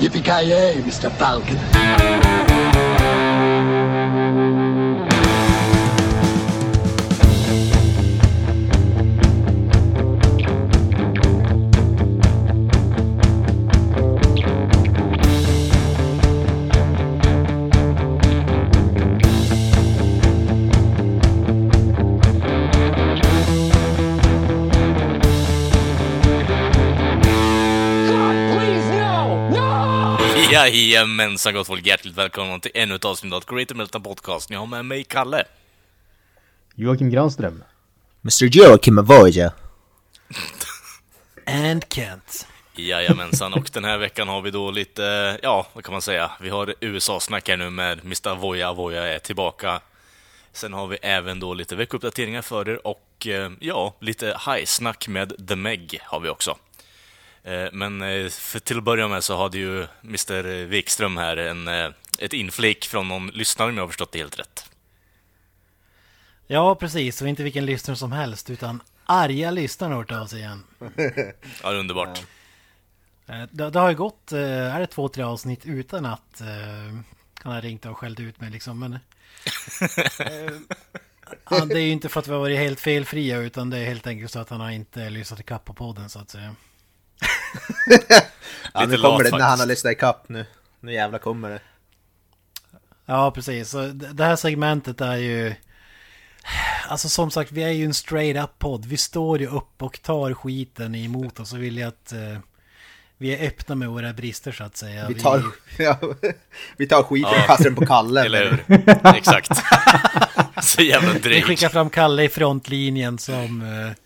Yippee-ki-yay, Mr. Falcon. Jajamensan gott folk, hjärtligt välkomna till ännu ett avsnitt av Greater Meltdown Podcast. Ni har med mig Kalle, Joakim Granström, Mr. Joakim Avoya and Kent. Jajamensan, och den här veckan har vi då lite, ja, vad kan man säga? Vi har USA-snack här nu med Mr. Avoya. Avoya är tillbaka. Sen har vi även då lite veckouppdateringar för er och ja, lite high-snack med The Meg har vi också. Men för till att börja med så hade ju Mr. Wikström här ett inflik från någon lyssnare, om jag har förstått det helt rätt. Ja, precis. Och inte vilken lyssnare som helst, utan arga lyssnare har hört av sig igen. Ja, underbart. Det har ju gått, är det 2-3 avsnitt utan att han har ringt och skällt ut mig liksom, men det är ju inte för att vi har varit helt felfria, utan det är helt enkelt så att han har inte lyssnat i kapp på podden, så att säga. Ja, nu kommer det när han har lyssnat i kapp nu. Nu jävla kommer det. Ja, precis. Så det här segmentet är ju, alltså som sagt, vi är ju en straight up podd. Vi står ju upp och tar skiten emot oss, och vill jag att vi är öppna med våra brister, så att säga. Vi tar skiten och kastar den på Kalle. Eller hur? Exakt. Så jävla drygt. Vi skickar fram Kalle i frontlinjen som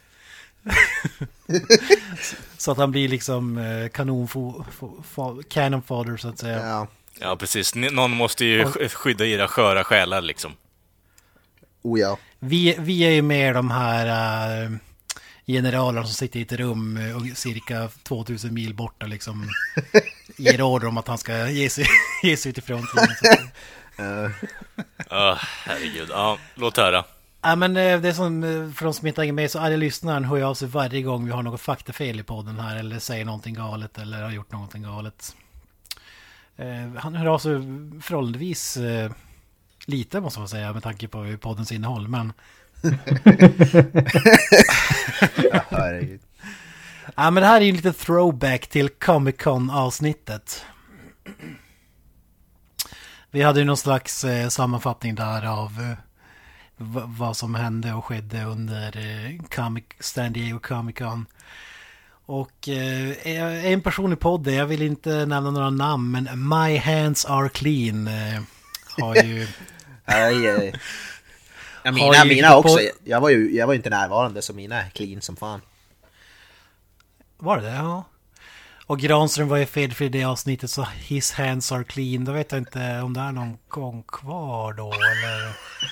så att han blir liksom cannon fodder, så att säga. Ja, precis. Någon måste ju skydda era sköra själar liksom. Oh ja. Vi är ju med de här generalerna som sitter i ett rum cirka 2000 mil borta liksom, ger order om att han ska ge sig ut i frontlinjen. Herregud. Ja, låt höra. Ja, men det är som, för de som inte hänger med, så alla lyssnaren hör av sig varje gång vi har något faktafel i podden här, eller säger någonting galet, eller har gjort någonting galet. Han hör av sig förhållandevis lite, måste man säga, med tanke på poddens innehåll, men ja, men det här är ju en liten throwback till Comic-Con-avsnittet. Vi hade ju någon slags sammanfattning där av vad som hände och skedde under San Diego Comic-Con. Och en person i podden, jag vill inte nämna några namn, men My Hands Are Clean har ju mina också. Jag var ju inte närvarande, så mina är clean som fan. Var det? Ja. Och Granström var ju felfri i det avsnittet, så his hands are clean. Då vet jag inte om det är någon gång kvar då, eller?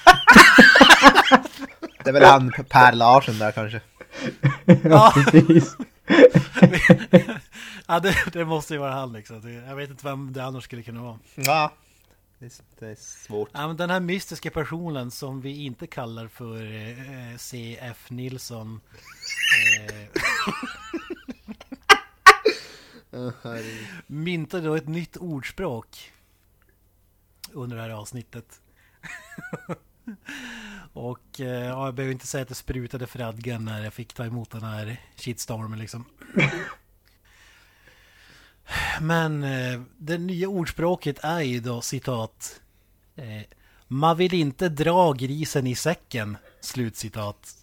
Det är väl han Per Larsson där kanske. Ja, precis. Ja, det måste ju vara han liksom. Jag vet inte vem det annars skulle kunna vara. Ja, det är svårt. Ja, men den här mystiska personen som vi inte kallar för C.F. Nilsson myntade då ett nytt ordspråk under det här avsnittet. Och jag behöver inte säga att det sprutade fradgan när jag fick ta emot den här shitstormen liksom. Men det nya ordspråket är ju då, citat, man vill inte dra grisen i säcken, slutcitat.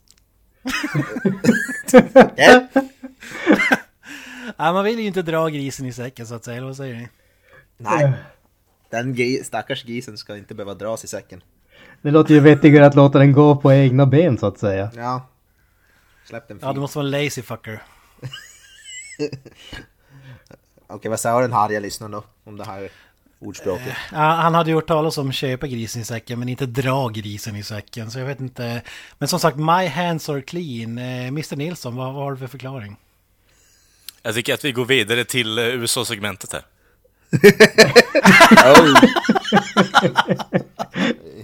Ja, man vill ju inte dra grisen i säcken, så att säga, eller vad säger ni? Nej, den stackars grisen ska inte behöva dras i säcken. Det låter ju vettigare att låta den gå på egna ben, så att säga. Ja, släpp den fri. Ja, du måste vara en lazy fucker. Okej, vad säger den här lyssnaren då om det här ordspråket? Han hade gjort talas om köpa grisen i säcken, men inte dra grisen i säcken. Så jag vet inte. Men som sagt, my hands are clean. Mr. Nilsson, vad har du för förklaring? Jag tycker att vi går vidare till USA-segmentet här.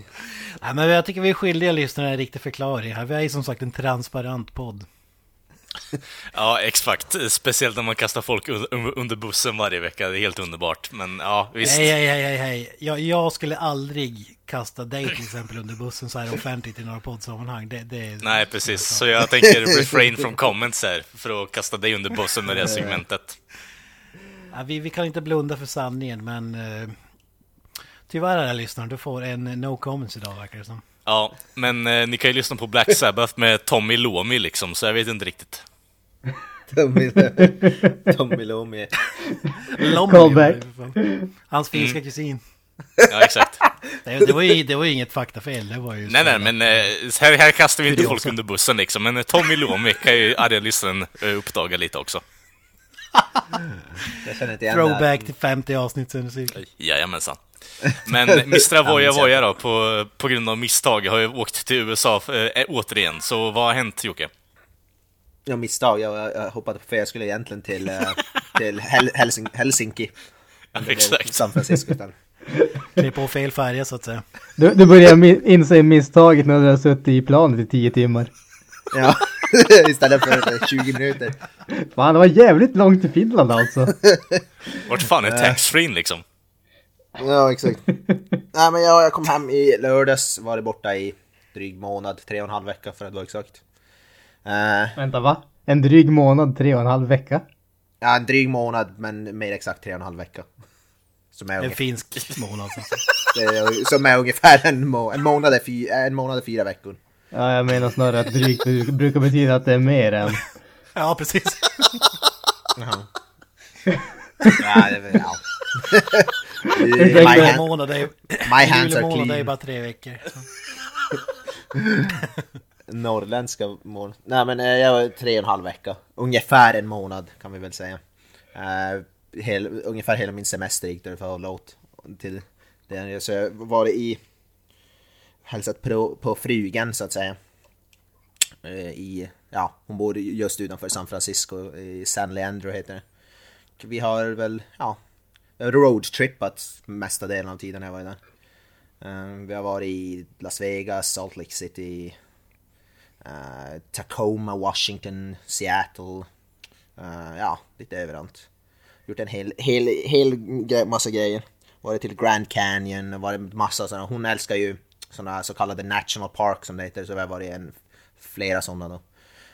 Ja, men jag tycker vi är skyldiga lyssnare en riktig förklaring här. Vi är ju som sagt en transparent podd. Ja, exakt. Speciellt när man kastar folk under bussen varje vecka. Det är helt underbart. Men ja, visst. Hej. Jag skulle aldrig kasta dig till exempel under bussen så här offentligt i några poddsammanhang. Nej, precis. Så jag tänker refrain from comments här för att kasta dig under bussen med det segmentet. Ja, vi kan inte blunda för sanningen, men tyvärr är det lyssnare. Du får en no comments idag, verkar det som. Ja, men ni kan ju lyssna på Black Sabbath med Tommy Iommi liksom, så jag vet inte riktigt. Tommy Lomi. Callback. Hans finska kusin. Ja, exakt. Det var ju inget faktafel. Det var ju Nej, men här kastar vi inte folk under bussen liksom. Men Tommy Iommi kan ju arga-lyssnaren uppdaga lite också. Jag känner inte igen Throwback till 50 avsnitt sen cirka. Jajamensan. Men Mr. Voja då, på grund av misstag har jag åkt till USA återigen. Så vad har hänt, Jocke? Ja, misstag. Jag hoppade på fel. Jag skulle egentligen till Helsinki. Exakt. San Francisco. Det är på fel färja så att säga. Du börjar inse misstaget när du har suttit i planet i 10 timmar. Ja, istället för 20 minuter. Fan, det var jävligt långt till Finland alltså. Vart fan är tax-free liksom? Ja, exakt. Nej, men jag kom hem i lördags. Var borta i dryg månad. 3,5 vecka för att vara exakt. Vänta, va? En dryg månad, 3,5 vecka? Ja, en dryg månad, men mer exakt 3,5 vecka. Som är en finsk månad. Som är ungefär en månad är 4 veckor. Ja, jag menar snarare att drygt brukar betyda att det är mer än... Ja, precis. Ja, ja. My hands are clean. Det är bara 3 veckor. Norrländska mål. Nej, men jag var 3,5 vecka. Ungefär en månad kan vi väl säga. Ungefär hela min semester gick därför av låt till det. Så jag var hälsat på frugan så att säga. Hon bor just utanför San Francisco i San Leandro heter det. Vi har väl roadtrippat mesta delen av tiden jag var där. Vi har varit i Las Vegas, Salt Lake City, Tacoma, Washington, Seattle. Lite överallt. Gjort en hel massa grejer. Varit till Grand Canyon, varit massa sådana. Hon älskar ju sådana så kallade national park som det heter, så vi har varit flera sådana då.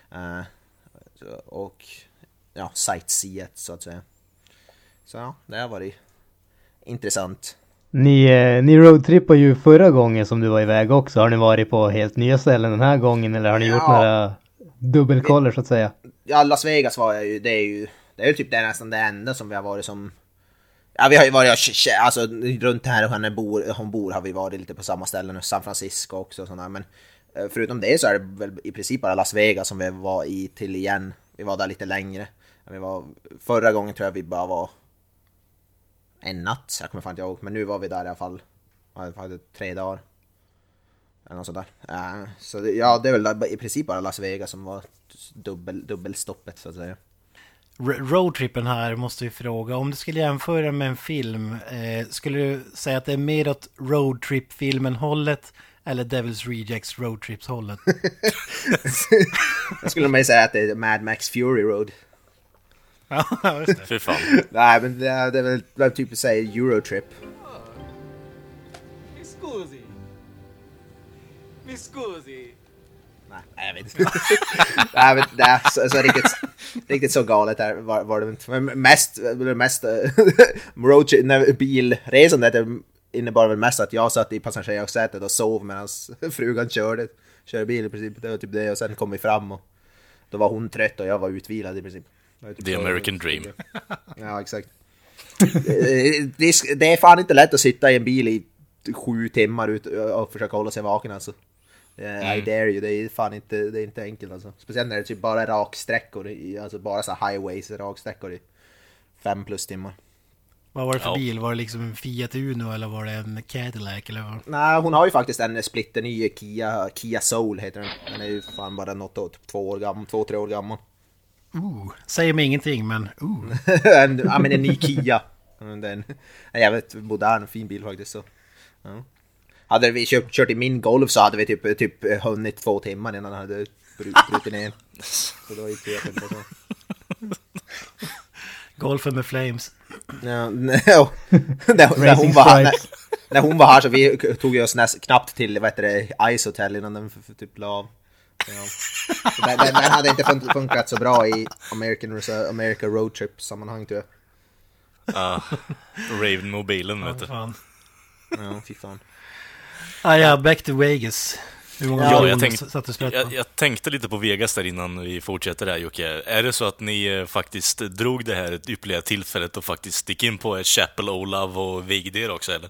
Och sightseeet så att säga. Så ja, det har varit intressant. Ni roadtrippade ju förra gången som du var iväg också. Har ni varit på helt nya ställen den här gången eller har ni gjort några dubbelkoller så att säga? Ja, Las Vegas var jag ju. Det är ju typ nästan det enda som vi har varit som... Ja, vi har ju varit alltså runt här hon bor har vi varit lite på samma ställen. San Francisco också och sådär. Men förutom det så är det väl i princip bara Las Vegas som vi var till igen. Vi var där lite längre. Förra gången tror jag vi bara var en natt. Jag kommer fan inte ihåg. Men nu var vi där i alla fall. Jag hade 3 dagar. Eller något sådär. Så det är väl i princip bara Las Vegas som var dubbelstoppet så att säga. Roadtrippen här måste vi fråga. Om du skulle jämföra med en film, skulle du säga att det är mer åt roadtrip-filmen hållet eller Devil's Rejects roadtrips hållet? Jag skulle nog säga att det är Mad Max Fury Road. Ja, just det. Fy fan. Nej, men det är väl typ att säga Eurotrip. Mi scusi. Nej, jag vet inte. Nej, men det är så riktigt så galet här var det inte. Men mest roadtrip, bilresandet innebar väl mest att jag satt i passagerarsätet och sov medan frugan körde bil i princip. Det var typ det, och sen kom vi fram och då var hon trött och jag var utvilad i princip. Typ The American Dream. Ja, exakt. Det är fan inte lätt att sitta i en bil i 7 timmar ut och försöka hålla sig vaken alltså. I dare you, det är fan inte enkelt alltså. Speciellt när det typ bara är raksträckor, alltså bara så highways raksträckor i 5+ timmar. Vad var det för bil? Var det liksom en Fiat Uno eller var det en Cadillac eller vad? Nej, hon har ju faktiskt en splitterny Kia Soul heter den. Den är ju fan bara 2-3 år gammal. Säger mig ingenting men en ny Kia. En jävligt modern fin bil faktiskt så. Ja. Hade vi kört i min Golf så hade vi typ hunnit 2 timmar innan den hade brutit ner. Så det var ju trevligt på så. Golfen med Flames. Ja, när hon var här så vi tog ju oss knappt till Ice Hotel innan den för typ la av. Ja. Den hade inte funkat så bra i America Road Trip sammanhang tror jag. Raven-mobilen vet du. Fan. Ja, fy fan. Ja, back to Vegas. Hur många jag tänkte lite på Vegas där innan vi fortsätter där, Jocke. Är det så att ni faktiskt drog det här ypperliga tillfället och faktiskt stick in på ett Chapel Olav och vigde er också, eller?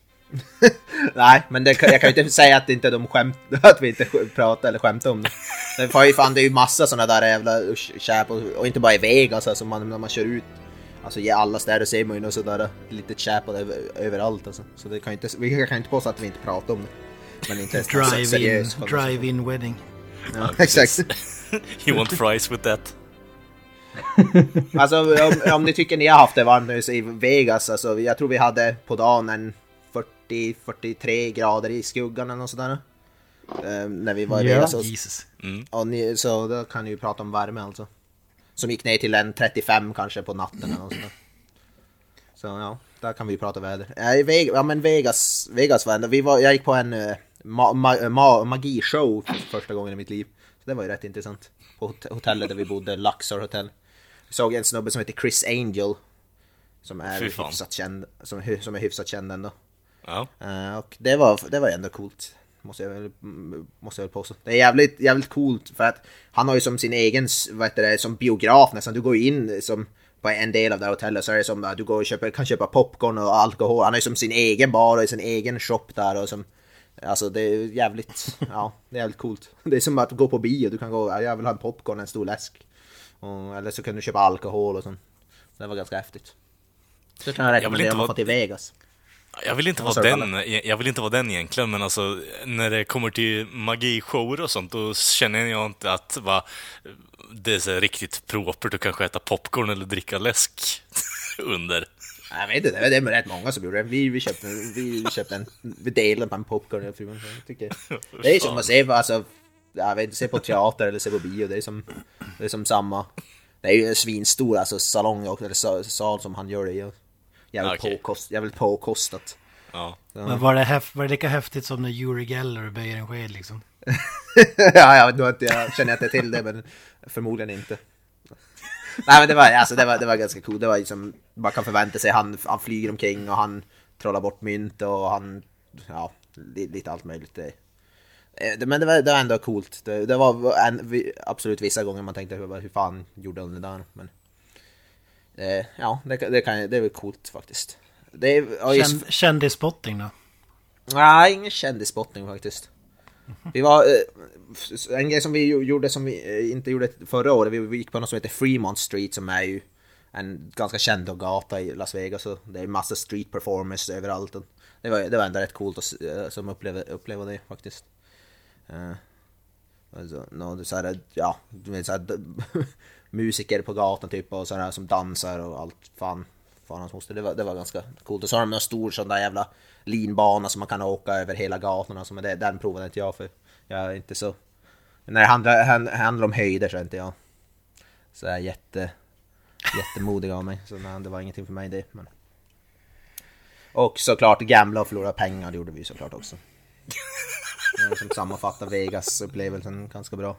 Nej, men jag kan ju inte säga att inte att vi inte pratar eller skämtar om det. Det är ju massa såna där jävla Chapel, och inte bara i Vegas alltså, när man kör ut. Alltså i alla städer ser man ju något sådär lite Chapel överallt alltså. Så det kan vi kan inte påstå att vi inte pratar om det. Men inte drive-in wedding. Ja, exakt. You want fries with that? Alltså om ni tycker ni har haft det varmt i Vegas, alltså jag tror vi hade på dagen en 40-43 grader i skuggan eller något sådär. När vi var i Vegas. Och så då kan ni ju prata om värme alltså. Som gick ner till en 35 kanske på natten eller något sådär. Så ja, där kan vi prata väder. Men Vegas var ändå, jag gick på en magishow första gången i mitt liv. Så det var ju rätt intressant. På hotellet där vi bodde, Luxor Hotel. Vi såg en snubbe som heter Chris Angel. Som är hyfsat känd. Som är hyfsat känd ändå. Ja. Och det var ändå coolt. Måste jag väl påstå. Det är jävligt coolt för att han har ju som sin egen som biograf nästan. Du går in som på en del av det här hotellet så är det som att du går och kan köpa popcorn och alkohol. Han har ju som sin egen bar och sin egen shop där och som alltså det är jävligt coolt. Det är som att gå på bio. Du kan gå, jag vill ha en popcorn, en stor läsk. Eller så kan du köpa alkohol och sånt. Det var ganska häftigt. Så kan jag rekommendera om man får till Vegas. Jag vill inte vara den egentligen, men alltså när det kommer till magishower och sånt då känner jag inte att det är så riktigt propert att kanske äta popcorn eller dricka läsk under. Jag vet inte, det är rätt många som gjorde det. Vi delade på en popcorn. Jag tycker det är som att se alltså, jag vet inte, se på teater eller se på bio. Det är som samma. Det är ju en svinstor alltså salong och eller sal som han gör det i. Jävligt påkostat. Ja. Men var det lika häftigt som när Uri Geller böjer en sked liksom? Jag känner inte till det, men förmodligen inte. Nej, men det var ganska coolt. Det var liksom, man kan förvänta sig han flyger omkring och han trollar bort mynt och han lite allt möjligt. Men det var ändå coolt. Det var absolut vissa gånger man tänkte hur fan gjorde han det där, men det är väl coolt faktiskt. Kändisspotting då? Nej, ingen kändisspotting faktiskt. Vi var en grej som vi gjorde som vi inte gjorde förra året. Vi gick på något som heter Fremont Street som är ju en ganska känd gata i Las Vegas. Så det är massa street performers överallt. Det var ändå rätt coolt att som uppleva det faktiskt. Musiker på gatan typ och sådär som dansar och allt fan hans moster. Det var ganska coolt. Och så har de en stor sån där jävla linbana som man kan åka över hela gatorna. Som den provade inte jag, för jag är inte så... När det handlar om höjder så är inte jag så är jättemodig av mig. Så nej, det var ingenting för mig det. Men... Och såklart gamla och förlora pengar, det gjorde vi såklart också. Som sammanfattar Vegas-upplevelsen ganska bra.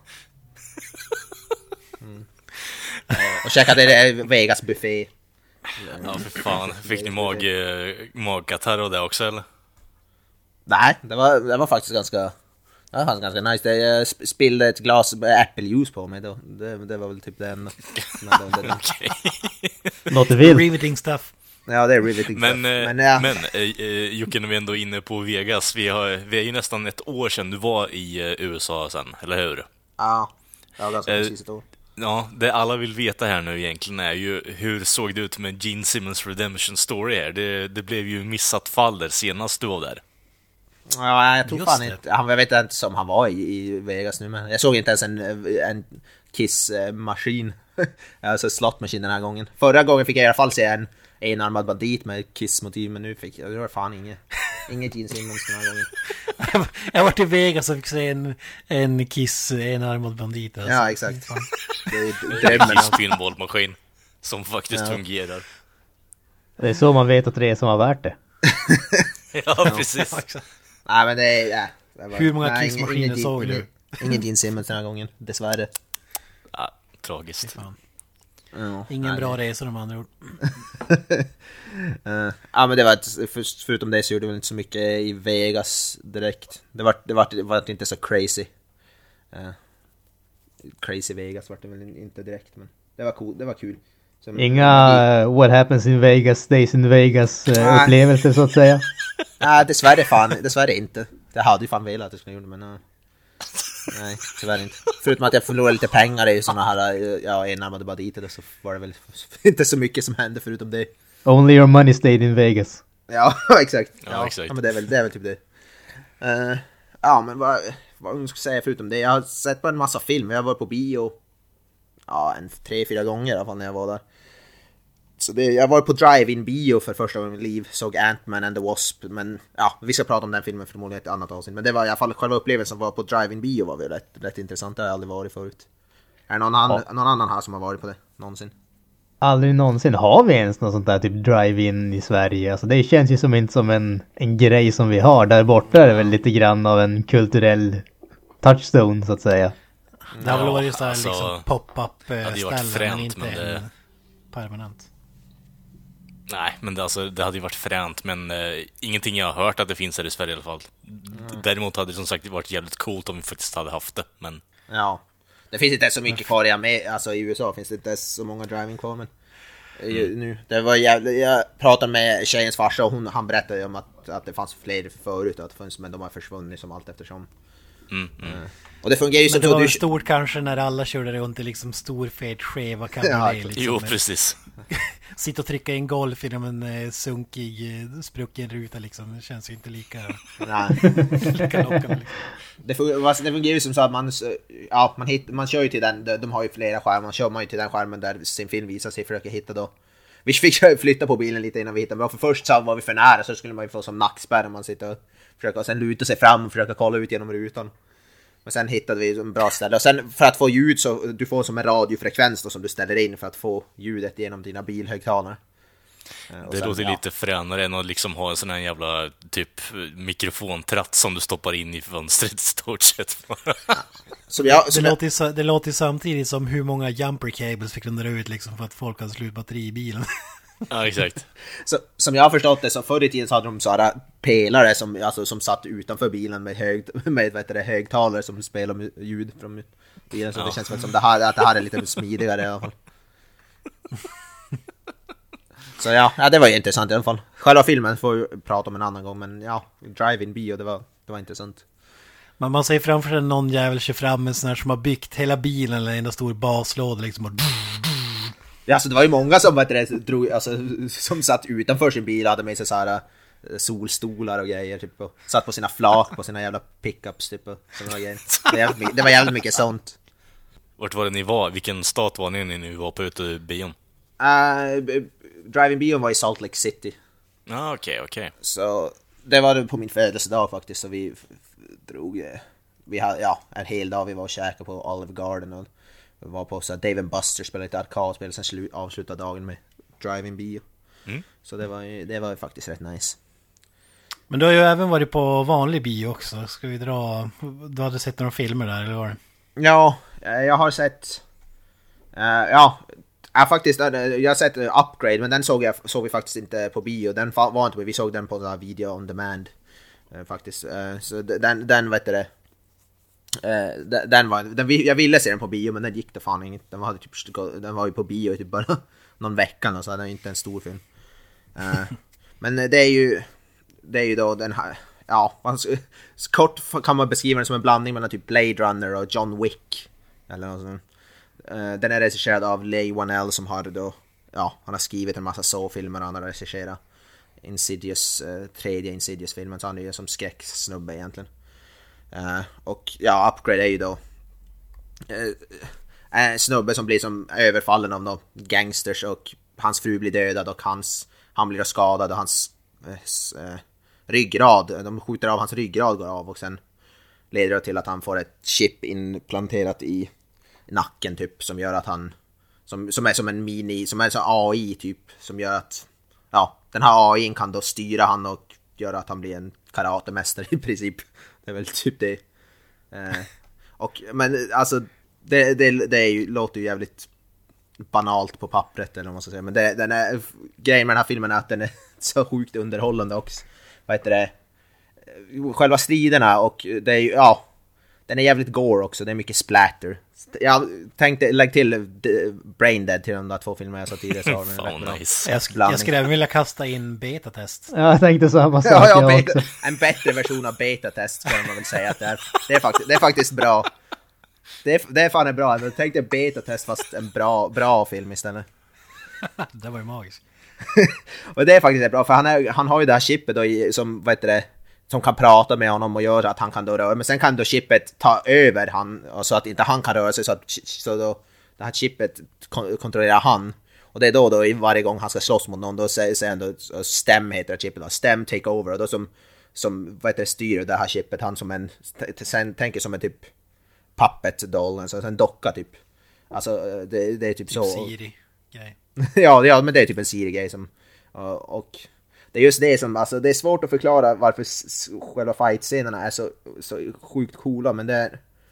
Och käkade Vegas buffé. Ja, för fan. Fick ni magkatarr och det också, eller? Nej, det var faktiskt ganska nice. Jag spillde ett glas äppeljuice på mig då. Det var väl typ det enda. Okej. Något du vill. Riveting stuff. Ja, det är riveting stuff. Men Jocke, när vi ändå är inne på Vegas, vi är ju nästan ett år sedan du var i USA sen, eller hur? Ja, ganska precis ett år. Ja, det alla vill veta här nu egentligen är ju hur såg det ut med Gene Simmons Redemption Story här? Det blev ju missat fall där senast du var där. Ja, jag tror fan inte. Jag vet inte som han var i Vegas nu, men jag såg inte ens en Kiss-maskin. Alltså slot-maskin den här gången. Förra gången fick jag i alla fall se en enarmad bandit med Kiss-motiv, men nu var det fan inget. Inget Gene Simmons den här gången. Jag har varit i Vegas och fick se en Kiss enarmad bandit. Alltså. Ja, exakt. Det är drömmen. Kiss pinballmaskin som faktiskt fungerar. Det är så man vet att det är som har värt det. Ja, precis. Nej, men det är... Hur många Kiss-maskiner såg du? Ingen Gene Simmons den här gången, dessvärre. Ja, tragiskt. Ja, Ingen bra resa de andra ord. Ja, men det var förutom det så gjorde vi inte så mycket i Vegas direkt. Det var inte så crazy. Crazy Vegas var det väl inte direkt, men det var cool, det var kul. Inga What Happens in Vegas Stays in Vegas upplevelser så att säga. Nej, dessvärre inte. Det hade ju fan velat att jag skulle göra det, men nej, tyvärr inte. Förutom att jag förlorade lite pengar i såna här enarmade banditer, så var det väl inte så mycket som hände förutom det. Only your money stayed in Vegas. Ja, exakt. Ja, exakt. Ja, men det är väl typ det. Ja, men vad ska jag säga förutom det? Jag har sett på en massa filmer. Jag har varit på bio 3-4 gånger i alla fall när jag var där. Så jag var på drive-in bio för första gången i mitt liv. Såg Ant-Man and the Wasp. Men ja, vi ska prata om den filmen förmodligen ett annat avsnitt. Men det var i alla fall själva upplevelsen var på drive-in bio var väl rätt intressant. Det har jag aldrig varit förut. Är det någon annan här som har varit på det någonsin? Aldrig någonsin. Har vi ens något sånt där typ drive-in i Sverige? Alltså det känns ju inte som en grej som vi har. Där borta är det väl lite grann av en kulturell touchstone så att säga. Det har väl varit så här alltså, liksom pop-up ställen fränt, men inte men det... permanent. Nej, men det hade ju varit fränt, men ingenting jag har hört att det finns här i Sverige i alla fall. Däremot hade det som sagt varit jävligt coolt om vi faktiskt hade haft det, men... Ja, det finns inte så mycket kvar i USA finns det inte så många driving kvar, men nu, det var jag pratade med tjejens farsa och han berättade om att det fanns fler förut, men de har försvunnit som allt eftersom. Och det fungerar ju men som det var stort kanske när alla körde runt i liksom stor fet skeva cabriolet. Ja, liksom, jo, precis. Sitta och trycka in golf genom en sunkig sprucken ruta liksom. Det känns ju inte lika lika lockande liksom. Det fungerar ju som så att man kör ju till den, de har ju flera skärmar, man kör ju till den skärmen där sin film visar sig, försöker hitta då. Vi fick flytta på bilen lite innan vi hittade bra, för först så var vi för nära så skulle man ju få som nackspärr om man sitter och försöker och sen luta sig fram och försöka kolla ut genom rutan. Men sen hittade vi en bra ställe. Och sen för att få ljud så du får som en radiofrekvens då, som du ställer in för att få ljudet genom dina bilhögtalare. Det låter lite fränare än att liksom ha en sån här jävla typ mikrofontratt som du stoppar in i fönstret i stort sett. Det låter samtidigt som hur många jumper cables fick de dra ut liksom för att folk hade slut batteri i bilen. Ja, exakt. Som jag har förstått det, så förr i tiden så hade de sådana pelare som satt utanför bilen med högtalare som spelar ljud från bilen. Så det känns väl som att det här är lite smidigare i alla fall. Så ja, det var ju intressant i alla fall. Själva filmen får vi prata om en annan gång, men ja, drive-in bio, det var intressant. Men man ser framför sig någon jävel kör fram en sån här som har byggt hela bilen eller en stor baslåda liksom och... Ja, så det var ju många som som satt utanför sin bil och hade med sig så här solstolar och grejer typ, och satt på sina flak på sina jävla pickups typ, och såna grejer. Det var jävligt mycket sånt. Vart var det ni var? Vilken stat var ni när ni var på bion? Driving bion var i Salt Lake City. Ja, okej. Så det var på min födelsedag faktiskt, så vi drog en hel dag. Vi var och käkade på Olive Garden och vi var på så Dave & Buster, spelade lite arkadspel, sen avslutade dagen med drive-in bio. Så det var faktiskt rätt nice. Men du har ju även varit på vanlig bio också. Ska vi dra... Du hade sett några filmer där, eller var? Ja, jag har sett... jag har sett Upgrade, men den såg vi faktiskt inte på bio. Den var inte på, vi såg den på så video on demand faktiskt. Så den vet det. Jag ville se den på bio, men den gick det fan inget. Den var ju på bio typ bara någon vecka, så det är inte en stor film. Men det är ju då den här, kort kan man beskriva den som en blandning mellan typ Blade Runner och John Wick eller något sånt. Den är regisserad av Leigh Whannell som har då, han har skrivit en massa Saw-filmer och han har regisserat Insidious, tredje Insidious-filmen, så han är ju som skräcksnubbe egentligen. Och Upgrade är ju då en snubbe som blir som överfallen av några gangsters och hans fru blir dödad och han blir skadad och hans ryggrad. De skjuter av hans ryggrad, går av och sen leder det till att han får ett chip implanterat i nacken typ, som gör att han som är som en som är så AI typ, som gör att den här AI:n kan då styra han och göra att han blir en karatemästare i princip. Det är väl typ det. Men alltså det är ju, låter ju jävligt banalt på pappret eller vad man ska säga, men grejen med den här filmen är att den är så sjukt underhållande och vad heter det, själva striderna, och det är ju, den är jävligt gore också, det är mycket splatter. Jag tänkte lägga till Brain Dead till de där 2 filmerna jag sa tidigare, så nice. Jag skulle även vilja kasta in Beta-test. Ja, jag tänkte samma sak. En bättre version av Beta-test kan man väl säga att det är faktiskt bra. Det är fan bra. Jag tänkte Beta-test fast en bra film istället. Det var ju magiskt. Och det är faktiskt bra, för han har ju det här chippet då som, vad heter det, som kan prata med honom och göra att han kan då röra, men sen kan då chippet ta över han, och så att inte han kan röra sig, så då det här chippet kontrollerar han, och det är då varje gång han ska slåss mot någon, då säger han då, Stem heter det chippet då, Stem take over, och då som vad heter det, styr det här chippet, han som sen tänker som en typ puppet doll, alltså en docka typ, alltså det är typ så Siri-grej. ja, men det är typ en Siri-grej som, och det är just det som, alltså det är svårt att förklara varför själva fight-scenerna är så sjukt coola, men det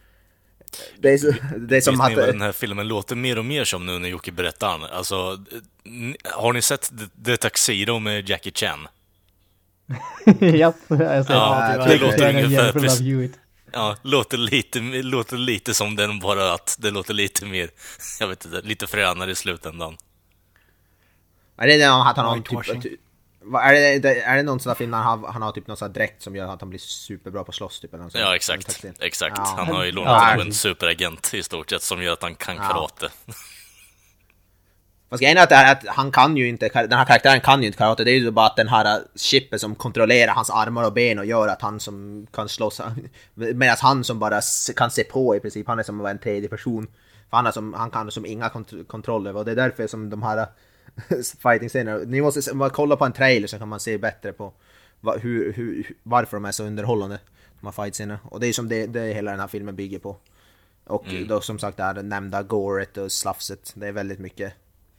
är som att den här filmen låter mer och mer som nu när Jocke berättar. Alltså, har ni sett The Tuxedo med Jackie Chan? Japp, jag har sett det låter ungefär precis. Ja, låter lite som den, bara att det låter lite mer, jag vet inte, lite fränare i slutändan. Är det att han har typ, är det någon sån där film när han har typ någon sån här dräkt som gör att han blir superbra på att slåss typ, eller något sånt? Ja, exakt. Ja. Han har ju lånat en superagent i stort sett som gör att han kan karate. Fast grejen är att han kan ju inte, den här karaktären kan ju inte karate. Det är ju bara att den här chippen som kontrollerar hans armar och ben och gör att han som kan slåss, medan han som bara kan se på i princip, han är som en tredje person. För han kan som inga kontroll över, och det är därför som de här fighting-scenerna, ni måste kolla på en trailer så kan man se bättre på varför de är så underhållande, de här fight-scenerna. Och det är som det hela den här filmen bygger på. Och då som sagt det här nämnda goret och slafset, det är väldigt mycket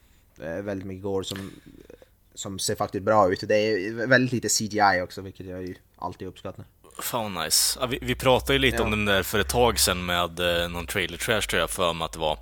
gore som ser faktiskt bra ut. Det är väldigt lite CGI också, vilket jag ju alltid uppskattar. Fan nice. Ja, vi pratade ju lite om den där för ett tag sedan med någon trailer trash, tror jag för mig att det var.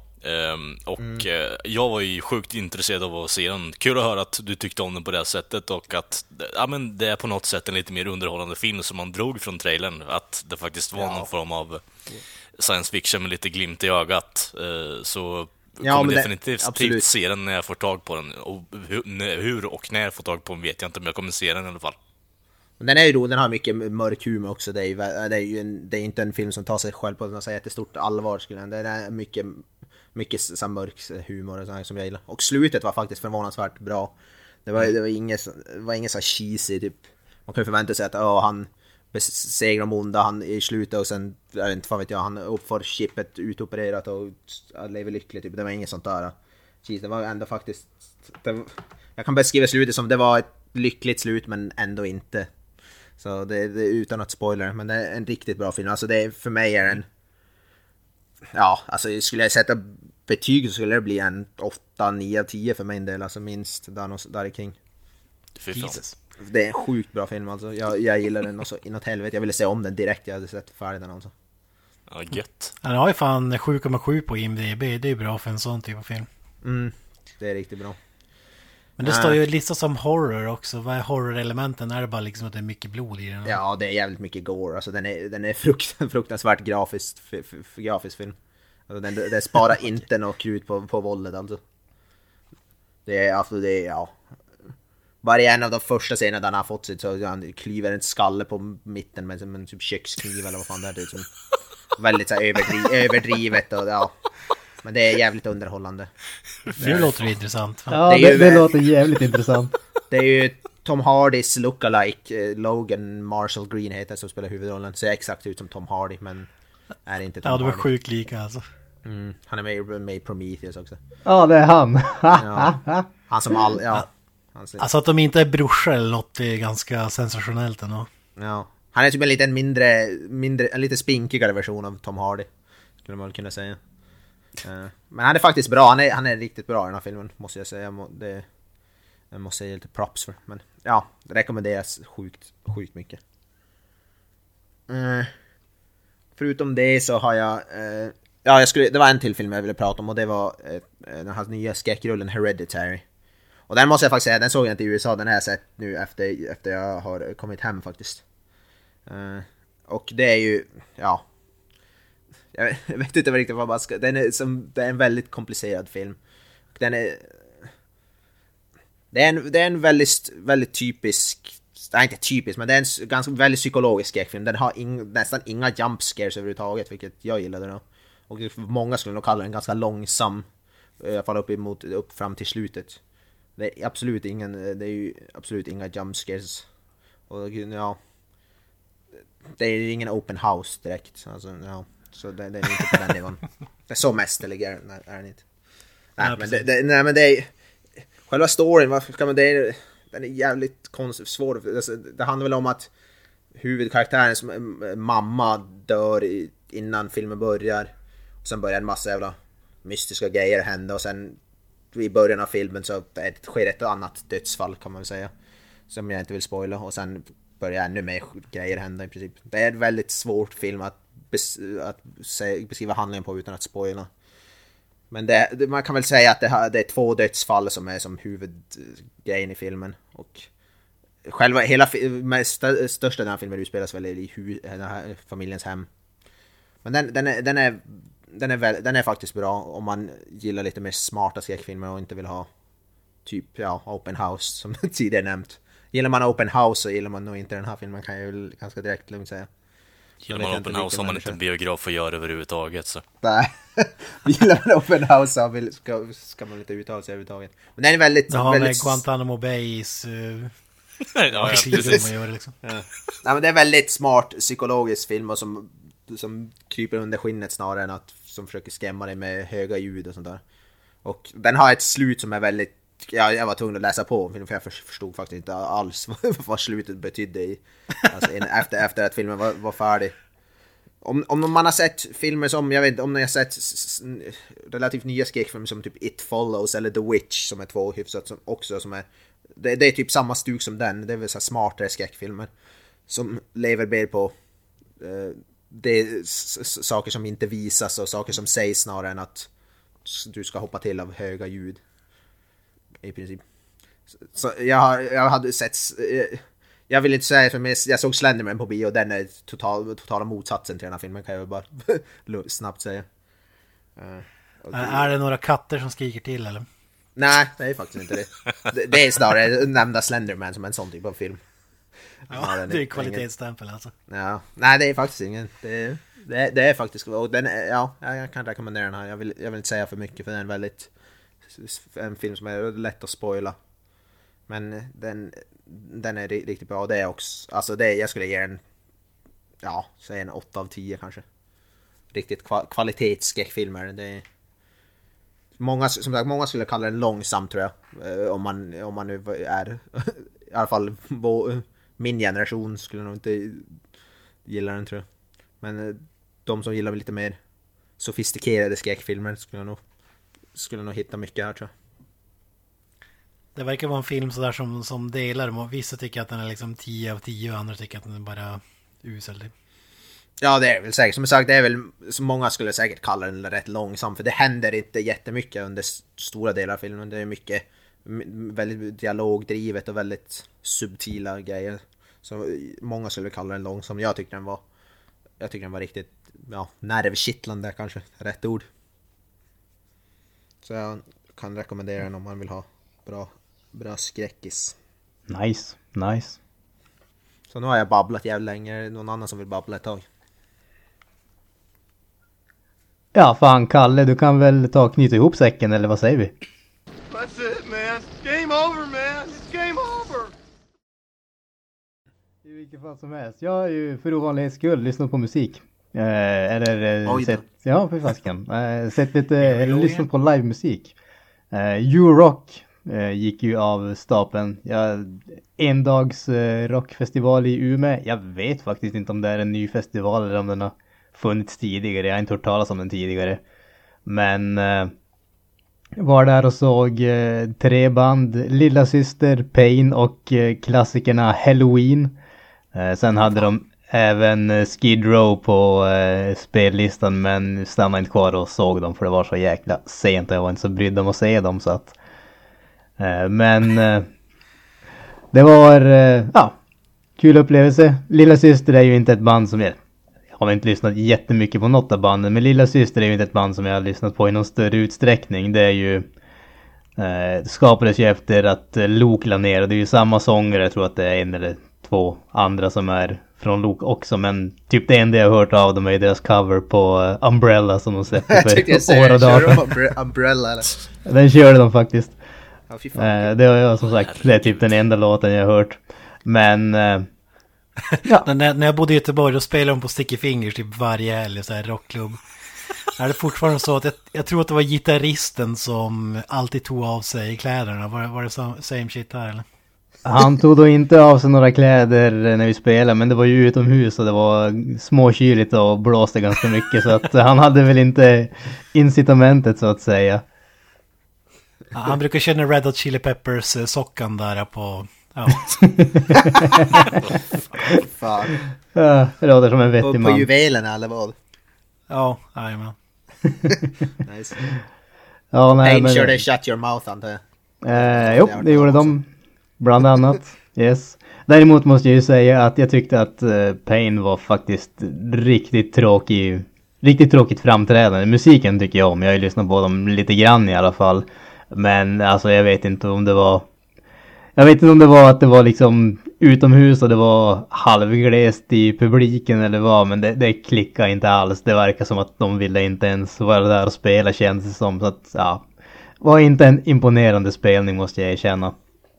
Jag var ju sjukt intresserad av att se den. Kul att höra att du tyckte om den på det sättet, och att men det är på något sätt en lite mer underhållande film som man drog från trailern. Att det faktiskt var någon form av science fiction med lite glimt i ögat. Så kommer definitivt se den när jag får tag på den. Och hur och när jag får tag på den vet jag inte, men jag kommer se den i alla fall. Den är ju rolig, den har mycket mörk humor också. Det är inte en film som tar sig själv på något jättestort allvar. Det är mycket så mörk humor och sånt som jag gillar. Och slutet var faktiskt förvånansvärt bra. Det var inget så cheesy typ. Man kan ju förvänta sig att han besegrar de onda han i slutet, och sen inte fan vet jag, han får chippet utopererat och lever lycklig typ. Det var inget sånt där cheesy. Det var ändå faktiskt jag kan beskriva slutet som det var ett lyckligt slut, men ändå inte. Så det är utan att spoiler, men det är en riktigt bra film. Alltså för mig är den, alltså skulle jag sätta betyg så skulle det bli en 8-9 av 10 för min del, alltså minst där kring. Jesus. Det är en sjukt bra film alltså. Jag gillar den också inåt helvete. Jag ville se om den direkt, jag hade sett färdigt den alltså. Ja, gött. Han har ju fan 7,7 på IMDb. Det är bra för en sån typ av film. Det är riktigt bra. Men det står ju listat som horror också. Vad är horror-elementen? Är det bara liksom att det är mycket blod i den? Ja, det är jävligt mycket gore. Alltså den är fruktansvärt grafisk film. Alltså, det sparar inte något krut på våldet alltså. Det är varje en av de första scenerna där han har fått sitt, så han klyver en skalle på mitten med en typ kökskniv eller vad fan det är. Det är som väldigt så överdrivet och men det är jävligt underhållande. Det låter intressant. Ja, det låter jävligt intressant. Det är ju Tom Hardys lookalike, Logan Marshall Green heter, som spelar huvudrollen. Ser exakt ut som Tom Hardy, men är inte Tom Hardy. Ja, det var sjukt lika alltså. Han är med i Prometheus också. Ja, det är han. Han som Alltså att de inte är brorsor eller något är ganska sensationellt ändå. Ja. Han är typ en liten mindre, en lite spinkigare version av Tom Hardy. Skulle man väl kunna säga. Men han är faktiskt bra, han är riktigt bra i den här filmen, måste jag säga. Jag måste säga lite props för. Men ja, det rekommenderas sjukt mycket. Förutom det så har jag... det var en till film jag ville prata om, och det var den här nya skräckrullen Hereditary. Och den måste jag faktiskt säga, den såg jag inte i USA, den har jag sett nu efter jag har kommit hem faktiskt. Och det är ju, ja, jag vet inte riktigt vad man ska, det är en väldigt komplicerad film. Det är en väldigt typisk, nej inte typisk, men det är en ganska väldigt psykologisk skräckfilm. Den har nästan inga jump scares överhuvudtaget, vilket jag gillade då. Och många skulle nog kalla den ganska långsam, i alla fall upp fram till slutet. Det är ju absolut inga jump scares. Och ja, det är ingen open house direkt, alltså, ja. Så det är inte på den nivån. Det är så mest eller är den inte. Nej, men det är själva storyn, varför ska man det? Den är jävligt svår. Det handlar väl om att huvudkaraktärens mamma dör innan filmen börjar. Och sen börjar en massa jävla mystiska grejer hända, och sen i början av filmen så sker ett annat dödsfall, kan man väl säga, som jag inte vill spoila, och sen börjar ännu mer grejer hända i princip. Det är en väldigt svårt film att beskriva handlingen på utan att spoila. Men man kan väl säga att det är 2 dödsfall som är som huvudgrejen i filmen, och själva största den här filmen utspelas väl i den här familjens hem. Men den är faktiskt bra om man gillar lite mer smarta skräckfilmer och inte vill ha typ, ja, open house som tidigare nämnt. Gillar man open house så gillar man nog inte den här filmen, kan jag väl ganska direkt lugnt säga. Gillar man open house har man inte en biograf att göra överhuvudtaget, så. Nej, gillar man open house så ska man inte uttala sig överhuvudtaget. Men den är väldigt... Det har med Guantanamo Bays... ja, precis. Liksom. Ja. Nej, men det är väldigt smart psykologisk film, och som kryper under skinnet snarare än att som försöker skrämma dig med höga ljud och sånt där. Och den har ett slut som är väldigt... Ja, jag var tvungen att läsa på, för jag förstod faktiskt inte alls vad slutet betydde alltså, efter att filmen var färdig. Om man har sett filmer som, jag vet inte, om ni har sett relativt nya skräckfilmer som typ It Follows eller The Witch, som är 2 hyfsat som är... Det är typ samma stuk som den. Det är väl så smartare skräckfilmer som lever mer på det är saker som inte visas och saker som sägs snarare än att du ska hoppa till av höga ljud i princip. Så jag hade sett, jag vill inte säga för mig, jag såg Slenderman på bio, och den är totala motsatsen till den här filmen, kan jag väl bara snabbt säga. Är det några katter som skriker till eller? Nej, det är faktiskt inte det. Det är snarare nämnda Slenderman som en sån typ av film. Ja, det är kvalitetsstämpel alltså. Ja, nej, det är faktiskt ingen. Det är faktiskt, och den är, ja, jag kan rekommendera den här. Jag vill inte säga för mycket, för den är en film som är lätt att spoila. Men den är riktigt bra. Det är också, alltså jag skulle ge den, ja, säg en 8 av 10 kanske. Riktigt kvalitetsskräckfilmer. Det är många skulle kalla den långsam, tror jag. Om man nu är i alla fall min generation skulle nog inte gilla den, tror jag. Men de som gillar lite mer sofistikerade skräckfilmer skulle nog hitta mycket här, tror jag. Det verkar vara en film sådär som delar. Vissa tycker att den är liksom 10 av 10 och andra tycker att den är bara usel. Ja, det är väl säkert. Som sagt, det är väl, så många skulle säkert kalla den rätt långsam, för det händer inte jättemycket under stora delar av filmen. Det är mycket väldigt dialogdrivet och väldigt subtila grejer. Så många skulle kalla den långsam. Jag tycker den var riktigt, ja, nervkittlande, kanske rätt ord. Så jag kan rekommendera den om man vill ha bra skräckis. Nice. Så nu har jag babblat jävligt länge. Någon annan som vill babbla ett tag? Ja, fan Kalle, du kan väl knyta ihop säcken, eller vad säger vi? That's it, man. Game over, man. It's game over. I vilket fall som helst. Jag har ju för ovanlighets skull lyssnat på musik. Sett lite, eller lyssnat på livemusik. U-Rock gick ju av stapeln. Endags rockfestival i Umeå. Jag vet faktiskt inte om det är en ny festival eller om den har funnits tidigare. Jag har inte hört talas om den tidigare. Men var där och såg 3 band. Lilla Syster, Pain och klassikerna Halloween. Sen hade de även Skid Row på spellistan, men stannade inte kvar och såg dem för det var så jäkla sent och jag var inte så brydd om att se dem. Så att, men det var kul upplevelse. Lilla Syster är ju inte ett band som jag har inte lyssnat jättemycket på något av banden, men Lilla Syster är ju inte ett band som jag har lyssnat på i någon större utsträckning. Det är ju skapades ju efter att Lok la ner och det är ju samma sångare, jag tror att det är 1 eller 2 andra som är från Lok också, men typ det enda jag har hört av dem är deras cover på Umbrella som de släppte för år och dagar. Umbrella eller? Den körde de faktiskt. Ja, fy fan. Det har jag som sagt, det är typ den enda låten jag har hört. Men när jag bodde i Göteborg då spelade de på Sticky Fingers typ varje helg, så här rockklubb. Är det fortfarande så att jag tror att det var gitarristen som alltid tog av sig kläderna? Var det same shit här eller? Han tog då inte av sig några kläder när vi spelade, men det var ju utomhus och det var småkyligt och blåste ganska mycket, så att han hade väl inte incitamentet så att säga. Han brukar känna Red Hot Chili Peppers sockan där på... Ja. Fan. Ja, det låter som en vettig man. På juvelerna eller vad? Ja, jajamän. Nice. Ja, nej, Pain men... körde Shut Your Mouth antar jag. Jo, det gjorde de. Bland annat. Yes. Däremot måste jag ju säga att jag tyckte att Pain var faktiskt riktigt tråkigt framträdande. Musiken tycker jag om. Jag har ju lyssnat på dem lite grann i alla fall. Men alltså jag vet inte om det var att det var liksom utomhus och det var halvglest i publiken eller vad, men det klickade inte alls. Det verkar som att de ville inte ens vara där och spela, känns det som. Så att, ja, var inte en imponerande spelning måste jag erkänna.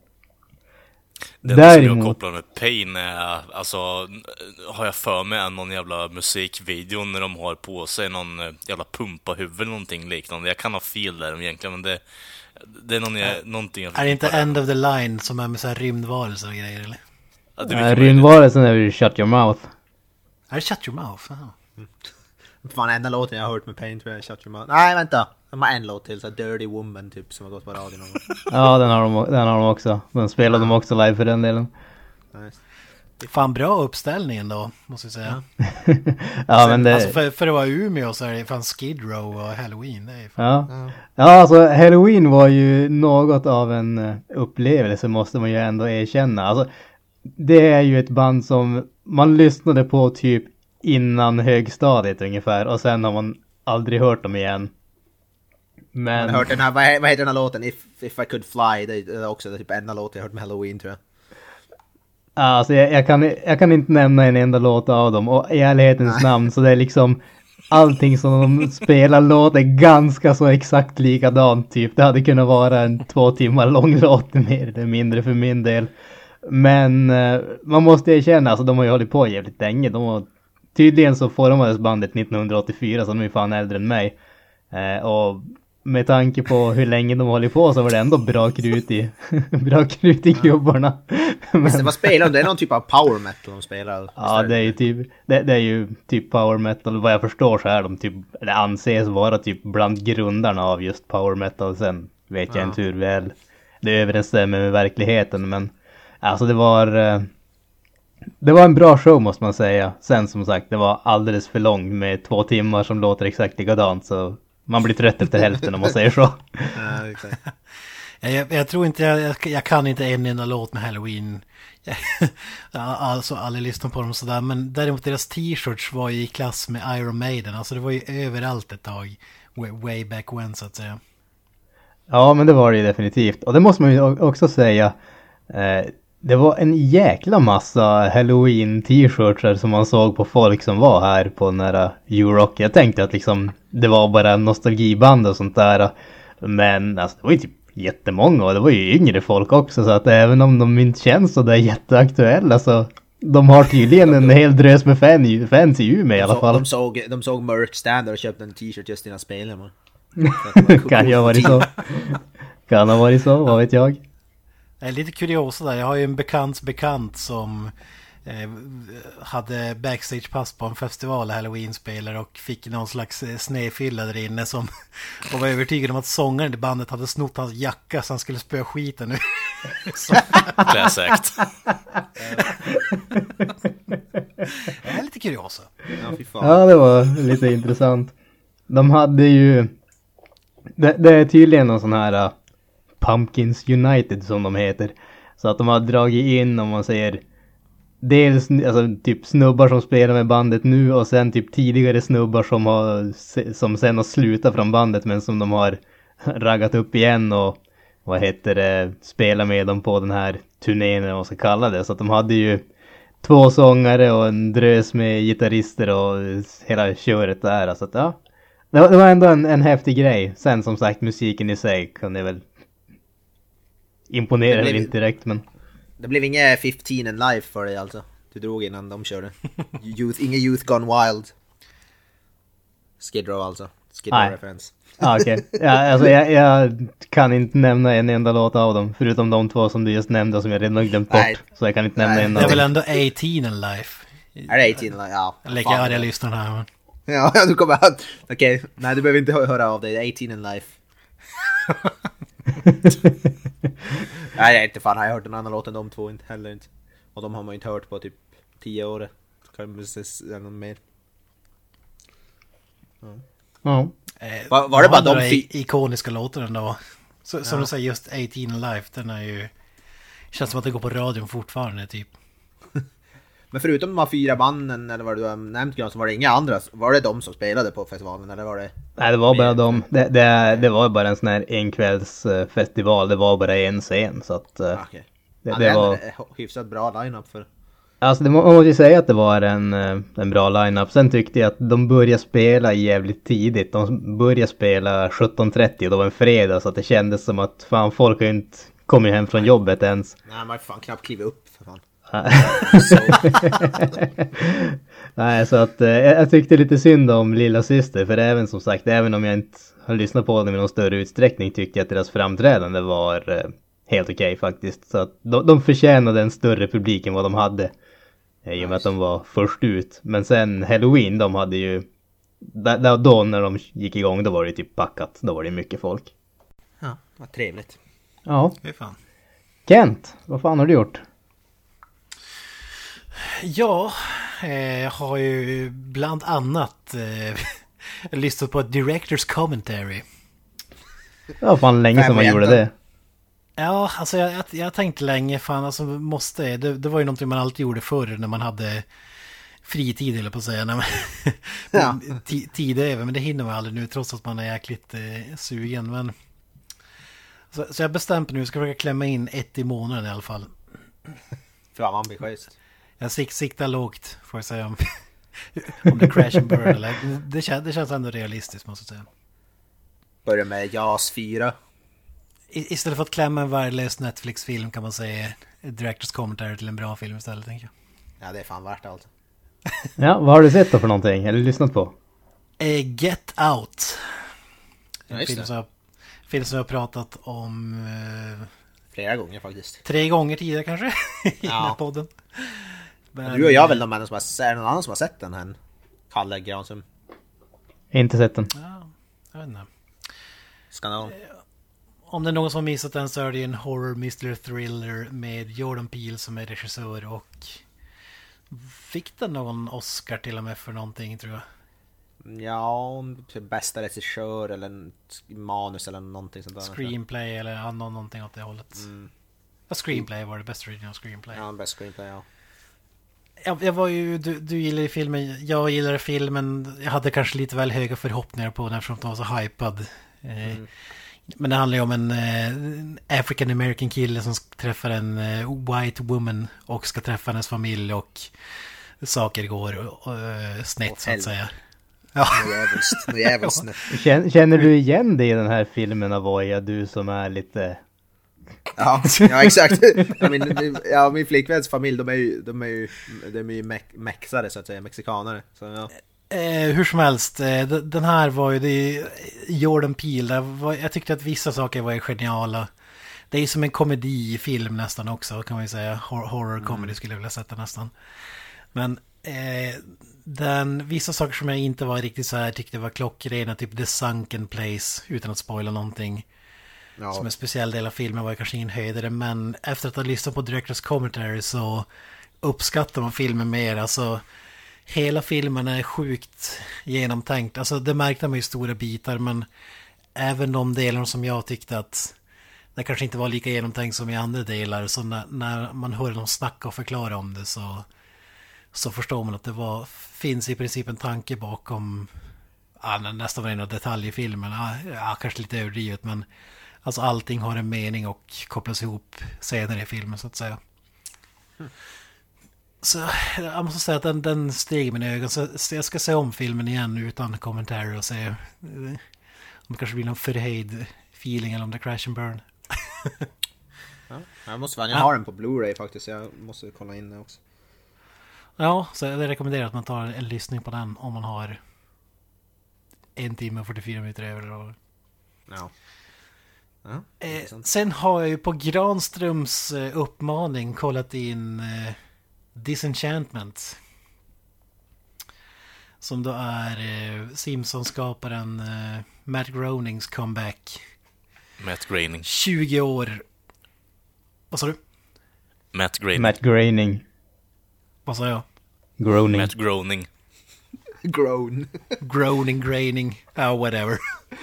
Det som jag kopplar med Pain är, alltså, har jag för mig någon jävla musikvideo när de har på sig någon jävla pumpahuvud eller någonting liknande. Jag kan ha fel där egentligen, men det är någonting jag... Är det inte End of the Line som är med så här rymdvarelser och grejer eller? Ja, rymdvarelsen är ju Shut Your Mouth. Är det Shut Your Mouth? Fan, enda låten jag har hört med Pain tror jag är Shut Your Mouth. Nej, vänta. De har en låt till, så Dirty Woman typ, som har gått på radion någon gång. Ja, den har de också. Den spelar de också live för den delen. Nice. Det är fan bra uppställningen då, måste jag säga. Ja, men det... Alltså för det var Umeå så är det fan Skid Row och Halloween. Det är fan... Ja, alltså Halloween var ju något av en upplevelse, måste man ju ändå erkänna. Alltså, det är ju ett band som man lyssnade på typ innan högstadiet ungefär, och sen har man aldrig hört dem igen. Men... Jag har hört den här, vad heter den här låten? If I Could Fly, det är också det typ enda låten jag hört med Halloween tror jag. Alltså jag kan inte nämna en enda låt av dem, och i ärlighetens namn så det är liksom allting som de spelar låter ganska så exakt likadant typ. Det hade kunnat vara en 2 timmar lång låt mer eller mindre för min del. Men man måste erkänna, alltså de har ju hållit på jävligt länge. Tydligen så formades bandet 1984, så de är fan äldre än mig. Och med tanke på hur länge de håller på så var det ändå bra krut i gubbarna. Men vad spelar de? Det är någon typ av power metal de spelar. Ja, det är ju typ power metal. Vad jag förstår så är de typ, det anses vara typ bland grundarna av just power metal. Sen vet jag inte hur väl det överensstämmer med verkligheten, men alltså det var en bra show måste man säga. Sen som sagt, det var alldeles för långt med 2 timmar som låter exakt likadant, så man blir trött efter hälften om man säger så. Ja, exakt. Jag tror inte, jag kan inte en enda låt med Halloween. Alltså aldrig lyssnat på dem sådär. Men däremot deras t-shirts var i klass med Iron Maiden. Alltså det var ju överallt ett tag. Way back when så att säga. Ja, men det var det ju definitivt. Och det måste man ju också säga. Det var en jäkla massa Halloween t-shirts som man såg på folk som var här på den här Eurock. Jag tänkte att liksom det var bara nostalgiband och sånt där. Men alltså, det var ju typ jättemånga, och det var ju yngre folk också, så att även om de inte känns så där jätteaktuella, så de har tydligen en hel drös med fans i Umeå i alla fall. De såg Merch Stand och köpte en t-shirt just innan spelen. Kan ju ha varit så. Kan ha varit så, vad vet jag. Det är lite kuriosa där. Jag har ju en bekant som hade backstagepass på en festival, Halloween-spelare, och fick någon slags snedfylla där inne som och var övertygad om att sångaren i bandet hade snott hans jacka så han skulle spöa skiten nu. Läsäkt. Det är lite kuriosa. Ja, fy fan. Ja, det var lite intressant. De hade ju... Det är tydligen någon sån här Pumpkins United som de heter. Så att de har dragit in, om man säger, dels alltså, typ snubbar som spelar med bandet nu och sen typ tidigare snubbar som sen har slutat från bandet men som de har raggat upp igen och spelar med dem på den här turnén, eller vad man ska kalla det. Så att de hade ju 2 sångare och en drös med gitarrister och hela köret där. Så att, ja, det var ändå en häftig grej. Sen som sagt, musiken i sig kunde väl imponera inte direkt, men... Det blev inga 15 and live för dig alltså. Du drog innan de körde. Inga Youth Gone Wild. Skid Row alltså. Skid Row-referens. Ja, okej. Ja, alltså jag kan inte nämna en enda låt av dem. Förutom de 2 som du just nämnde som jag redan har glömt bort. Nej. Så jag kan inte nämna en Det av är väl dem. ändå 18 and life. Är det 18 live? Ja. Lägger arga lyssnarna här. Men... Ja, du kommer att... Okej, nej du behöver inte höra av dig. 18 and life. Nej, jag är inte fan. Har jag hört en annan låt än de 2? Inte heller inte. Och de har man ju inte hört på typ 10 år. Kan man säga något mer? Ja. Var det bara de ikoniska låtarna då? Som du säger, just 18 Life, den är ju... Känns som att det går på radion fortfarande typ. Men förutom de här 4 banden eller vad du har nämnt, så var det inga andra. Var det de som spelade på festivalen eller var det? Nej, det var bara de. Det var bara en sån här enkvällsfestival. Det var bara en scen, så att... Okay. Det var hyfsat bra line-up för... Alltså man måste ju säga att det var en bra line-up. Sen tyckte jag att de började spela jävligt tidigt. De började spela 17:30 och det var en fredag, så att det kändes som att fan, folk har ju inte kommit hem från jobbet ens. Nej, man fan knappt kliva upp för fan. Nej, så att jag tyckte lite synd om Lilla Syster, för även som sagt, även om jag inte har lyssnat på dem i någon större utsträckning, tyckte jag att deras framträdande var helt okej faktiskt. Så att de förtjänade en större publik än vad de hade. I och med att de var först ut. Men sen Halloween, de hade ju... Då när de gick igång, då var det typ packat. Då var det mycket folk. Ja, vad trevligt. Ja. Det är fan. Kent, vad fan har du gjort? Ja, jag har ju bland annat lyssnat på ett Director's Commentary. Det var fan länge som man gjorde det. Ja, alltså jag tänkte länge, fan alltså det var ju någonting man alltid gjorde förr när man hade fritid, eller på att säga. Ja. Tid är över, men det hinner man aldrig nu trots att man är jäkligt sugen. Men så jag bestämt nu, ska försöka klämma in 1 i månaden i alla fall. Fan, ambitiöst. Jag siktar lågt, får jag säga, om det crash and burn. Eller, det känns ändå realistiskt, måste jag säga. Börja med JAS 4. Istället för att klämma en värdelös Netflix-film kan man säga Director's Commentary till en bra film istället, tänker jag. Ja, det är fan värt allt. Ja, vad har du sett då för någonting? Eller lyssnat på? Get Out. En Ja, film som jag har pratat om... Flera gånger faktiskt. 3 gånger tidigare kanske i den här podden. Men, du och jag är väl de männen som har någon annan som har sett den här. Kalle Granström. Inte sett den. Ja, jag vet inte. Skandal. Om det är någon som har missat den så är det en horror mystery thriller med Jordan Peele som är regissör, och fick den någon Oscar till och med för någonting, tror jag. Ja, bästa regissör eller en manus eller någonting sånt där. Screenplay eller någonting åt det hållet. Ja, screenplay var det, best original screenplay. Ja, best screenplay, ja. Jag var ju, du gillar ju filmen, jag gillar filmen. Jag hade kanske lite väl höga förhoppningar på den eftersom den var så hypad. Men det handlar ju om en African American kille som träffar en white woman och ska träffa hennes familj, och saker går snett så att säga. Ja. Nu jävligt snett. Känner du igen dig i den här filmen, Avoya, du som är lite... Ja, exakt. Min flickväns familj, de är ju mexare så att säga, mexikanare. Så, ja. Hur som helst, den här var ju det Jordan Peele. Jag tyckte att vissa saker var geniala. Det är som en komedifilm nästan också, kan man ju säga. Horror comedy skulle jag vilja sätta nästan. Men vissa saker som jag inte var riktigt så här tyckte var klockrena, typ The Sunken Place, utan att spoila någonting. Ja. Som en speciell del av filmen var kanske ingen höjdare, men efter att ha lyssnat på Directors Commentary så uppskattar man filmen mer. Alltså, hela filmen är sjukt genomtänkt. Alltså, det märkte man i stora bitar, men även de delar som jag tyckte att det kanske inte var lika genomtänkt som i andra delar, så när man hör dem snacka och förklara om det så förstår man att det finns i princip en tanke bakom nästan varenda detalj i filmen. Kanske lite överdrivet, men alltså allting har en mening och kopplas ihop senare i filmen, så att säga. Så jag måste säga att den steg i mina ögon. Så jag ska se om filmen igen utan kommentarer och se om det kanske blir någon förhöjd feeling eller om det crash and burn. Jag har den på Blu-ray faktiskt. Jag måste kolla in det också. Ja, så jag rekommenderar att man tar en lyssning på den om man har 1 timme och 44 minuter över. Ja. Sen har jag ju på Granströms uppmaning kollat in Disenchantment, som då är Simpsons-skaparen Matt Groenings comeback. Matt Groening. 20 år. Vad sa du? Matt Groening. Matt Groening. Vad sa jag? Groening. Matt Groening. Graining. Whatever.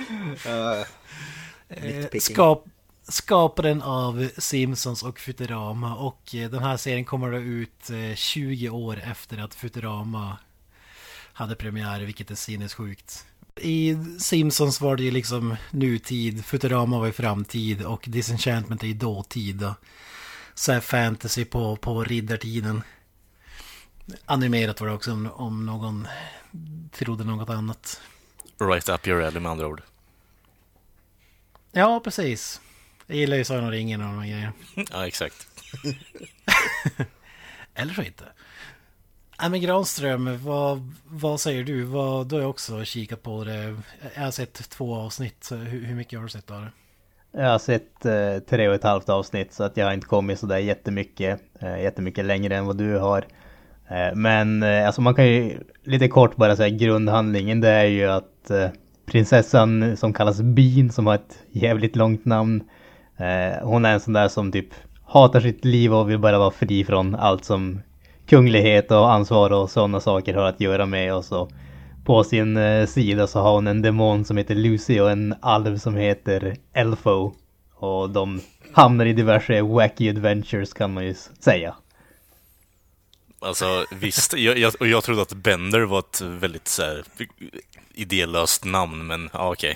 Skaparen av Simpsons och Futurama, och den här serien kommer då ut 20 år efter att Futurama hade premiär, vilket är sinnessjukt. I Simpsons var det ju liksom nutid, Futurama var i framtid och Disenchantment är i dåtid då. Så här fantasy på riddartiden. Animerat var det också, om någon trodde något annat. Right up your alley med andra ord. Ja, precis. Jag gillar ju Sagan om ringen och de grejer. Ja, exakt. Eller så inte. Men Granström, vad säger du? Du har också kikat på det. Jag har sett 2 avsnitt. Hur mycket har du sett av det? Jag har sett 3,5 avsnitt, så att jag har inte kommit så där jättemycket längre än vad du har. Men alltså man kan ju lite kort bara säga grundhandlingen. Det är ju att prinsessan som kallas Bean, som har ett jävligt långt namn, hon är en sån där som typ hatar sitt liv och vill bara vara fri från allt som kunglighet och ansvar och sådana saker har att göra med. Och så på sin sida så har hon en demon som heter Lucy och en alv som heter Elfo. Och de hamnar i diverse wacky adventures, kan man ju säga. Alltså visst, jag trodde att Bender var ett väldigt så här idélöst namn, men ja, okej.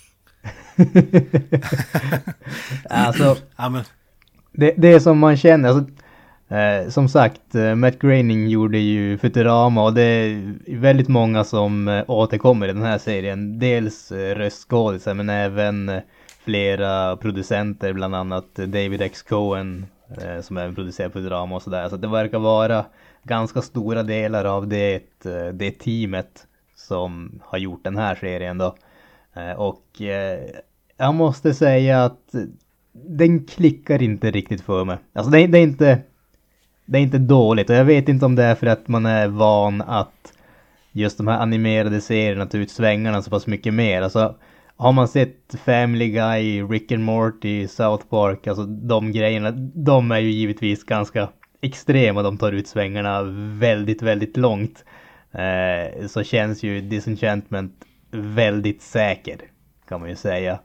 Alltså, det är som man känner. Alltså, som sagt, Matt Groening gjorde ju Futurama, och det är väldigt många som återkommer i den här serien. Dels röstskådisar, men även flera producenter, bland annat David X. Cohen som även producerar Futurama och sådär. Så det verkar vara ganska stora delar av det teamet som har gjort den här serien då. Och jag måste säga att den klickar inte riktigt för mig. Alltså det är inte dåligt, och jag vet inte om det är för att man är van att just de här animerade serierna tar ut svängarna så pass mycket mer. Alltså har man sett Family Guy, Rick and Morty, South Park, alltså de grejerna, de är ju givetvis ganska extrema, de tar ut svängarna väldigt, väldigt långt. Så känns ju Disenchantment väldigt säker, kan man ju säga.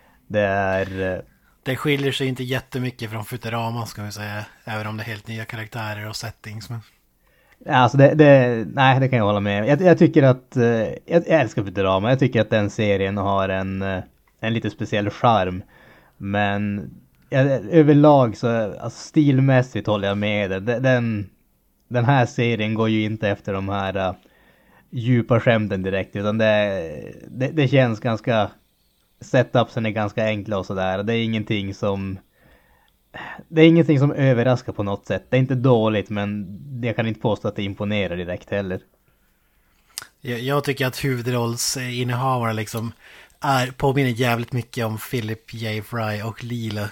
Det skiljer sig inte jättemycket från Futurama, ska vi säga, även om det är helt nya karaktärer och settings. Men... Alltså nej, det kan jag hålla med. Jag tycker att jag älskar Futurama. Jag tycker att den serien har en lite speciell charm. Men överlag så alltså, stilmässigt håller jag med det. Den här serien går ju inte efter de här djupa skämten direkt, utan det känns ganska, setupsen är ganska enkla och sådär. Det är ingenting som överraskar på något sätt. Det är inte dåligt, men jag kan inte påstå att det imponerar direkt heller. Jag tycker att huvudrollsinnehavare liksom påminner jävligt mycket om Philip J. Fry och Leela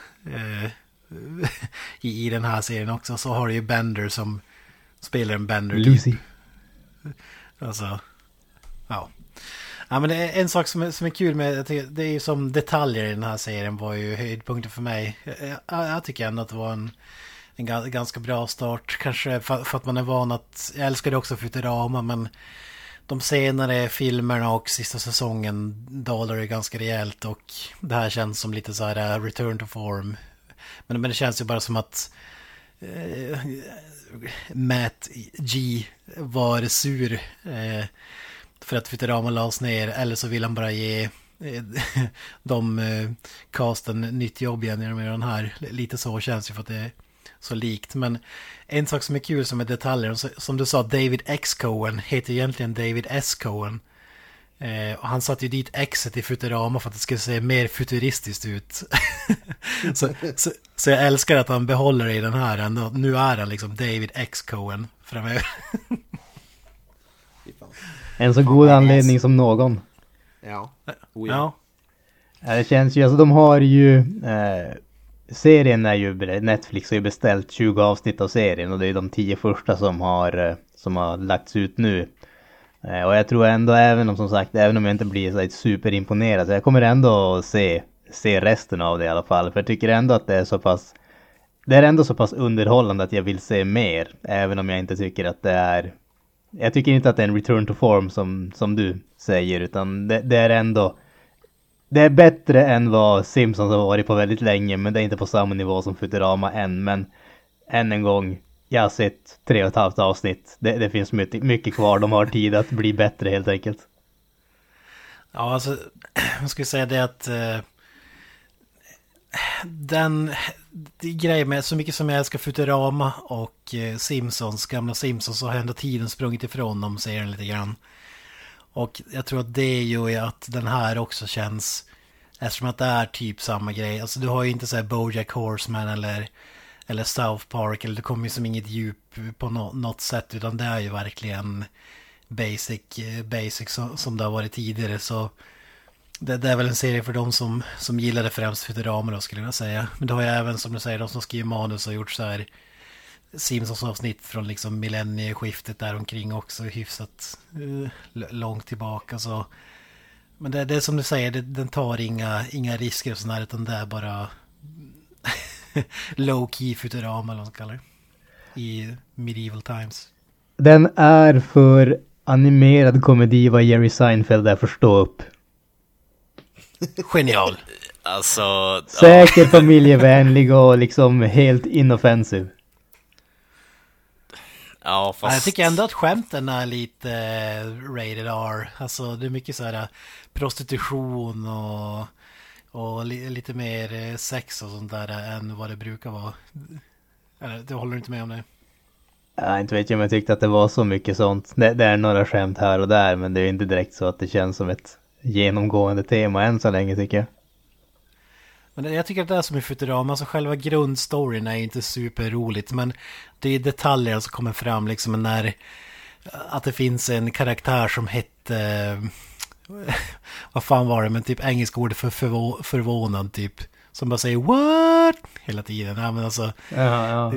i den här serien också. Så har du ju Bender som spelar en Bender. Lucy. Alltså, ja. Ja, men det är en sak som är kul med det är ju som detaljer i den här serien var ju höjdpunkten för mig. Jag tycker ändå att det var en ganska bra start. Kanske för att man är van att... Jag älskade också Futurama, men de senare filmerna och sista säsongen dalar det ganska rejält och det här känns som lite så här return to form. Men det känns ju bara som att Matt G var sur för att Futurama lades ner, eller så vill han bara ge de casten nytt jobb igen genom den här. Lite så känns det för att det är så likt. Men en sak som är kul som är detaljer, som du sa, David X. Cohen heter egentligen David S. Cohen. Och han satte ju dit Xet i Futurama för att det skulle se mer futuristiskt ut. så jag älskar att han behåller det i den här ändå. Nu är han liksom David X. Cohen framöver. En så god anledning som någon. Ja. Ja. Det känns ju, alltså de har ju serien är ju, Netflix har ju beställt 20 avsnitt av serien och det är de 10 första som har lagts ut nu. Och jag tror ändå, även om jag inte blir så superimponerad, så jag kommer ändå se resten av det i alla fall. För jag tycker ändå att det är ändå så pass underhållande att jag vill se mer. Även om jag inte tycker att det är... Jag tycker inte att det är en return to form som du säger, utan det är ändå... Det är bättre än vad Simpsons har varit på väldigt länge, men det är inte på samma nivå som Futurama än. Men än en gång, jag har sett 3,5 avsnitt. Det finns mycket kvar, de har tid att bli bättre helt enkelt. Ja, alltså, jag skulle säga det att det grejen med så mycket som jag älskar Futurama och gamla Simpsons, så har ändå tiden sprungit ifrån dem, säger den lite grann. Och jag tror att det gör ju att den här också känns, eftersom att det är typ samma grej. Alltså du har ju inte så här BoJack Horseman eller South Park, eller det kommer ju som inget djup på något sätt, utan det är ju verkligen basic som det har varit tidigare. Så det är väl en serie för dem som gillade främst Futurama då, skulle jag säga. Men det har ju även, som du säger, de som skriver manus och gjort så här Simpsons avsnitt från liksom millennieskiftet där omkring också, hyfsat långt tillbaka. Så. Men det är som du säger, den tar inga risker och sådär, utan det är bara low-key Futurama, eller vad man kallar det, i medieval times. Den är för animerad komedi vad Jerry Seinfeld är för stå upp. Genial. Alltså... Säker, familjevänlig och liksom helt inoffensiv. Ja, fast... Jag tycker ändå att skämten är lite rated R. Alltså det är mycket så här prostitution och lite mer sex och sånt där än vad det brukar vara. Du håller inte med om det? Jag inte vet jag om jag tyckte att det var så mycket sånt. Det är några skämt här och där, men det är inte direkt så att det känns som ett genomgående tema än så länge, tycker jag. Men jag tycker att det är som i Futurama, alltså själva grundstoryn är inte superroligt, men det är detaljer som kommer fram, liksom när att det finns en karaktär som hette vad fan var det, men typ engelska ord för förvånad typ, som bara säger what hela tiden. Ja, men alltså Ja.